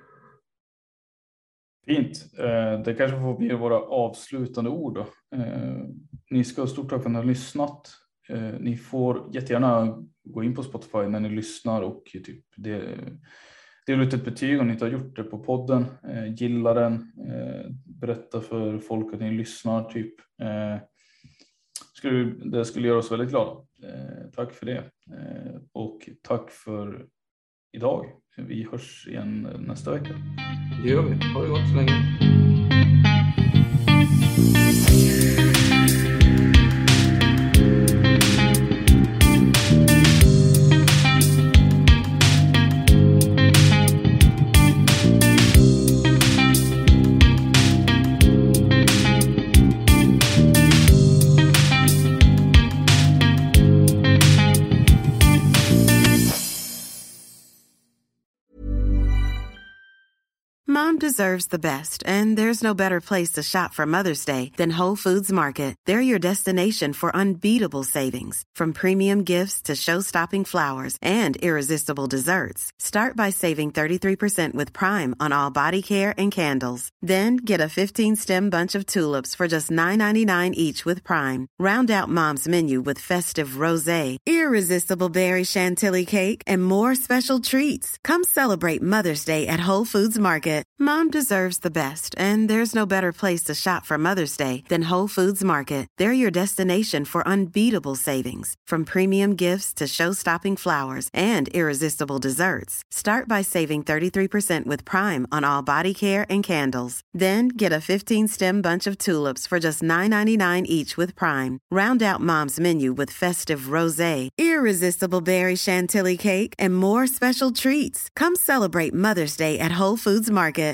Fint. Eh, det kanske får bli våra avslutande ord då. Eh, ni ska ha stort tack för att ni har lyssnat. Eh, ni får jättegärna gå in på Spotify när ni lyssnar och typ det, dela ut ett betyg om ni inte har gjort det på podden. Eh, gilla den. Eh, berätta för folk att ni lyssnar typ. Eh, skulle, det skulle göra oss väldigt glada. Eh, tack för det. Eh, och tack för idag. Vi hörs igen nästa vecka. Det gör vi. Ha det gott så länge. Mom deserves the best, and there's no better place to shop for Mother's Day than Whole Foods Market. They're your destination for unbeatable savings, from premium gifts to show-stopping flowers and irresistible desserts. Start by saving thirty-three percent with Prime on all body care and candles. Then get a fifteen-stem bunch of tulips for just nine ninety-nine each with Prime. Round out Mom's menu with festive rosé, irresistible berry chantilly cake, and more special treats. Come celebrate Mother's Day at Whole Foods Market. Mom deserves the best, and there's no better place to shop for Mother's Day than Whole Foods Market. They're your destination for unbeatable savings, from premium gifts to show-stopping flowers and irresistible desserts. Start by saving thirty-three percent with Prime on all body care and candles. Then get a fifteen-stem bunch of tulips for just nine ninety-nine each with Prime. Round out Mom's menu with festive rosé, irresistible berry chantilly cake, and more special treats. Come celebrate Mother's Day at Whole Foods Market.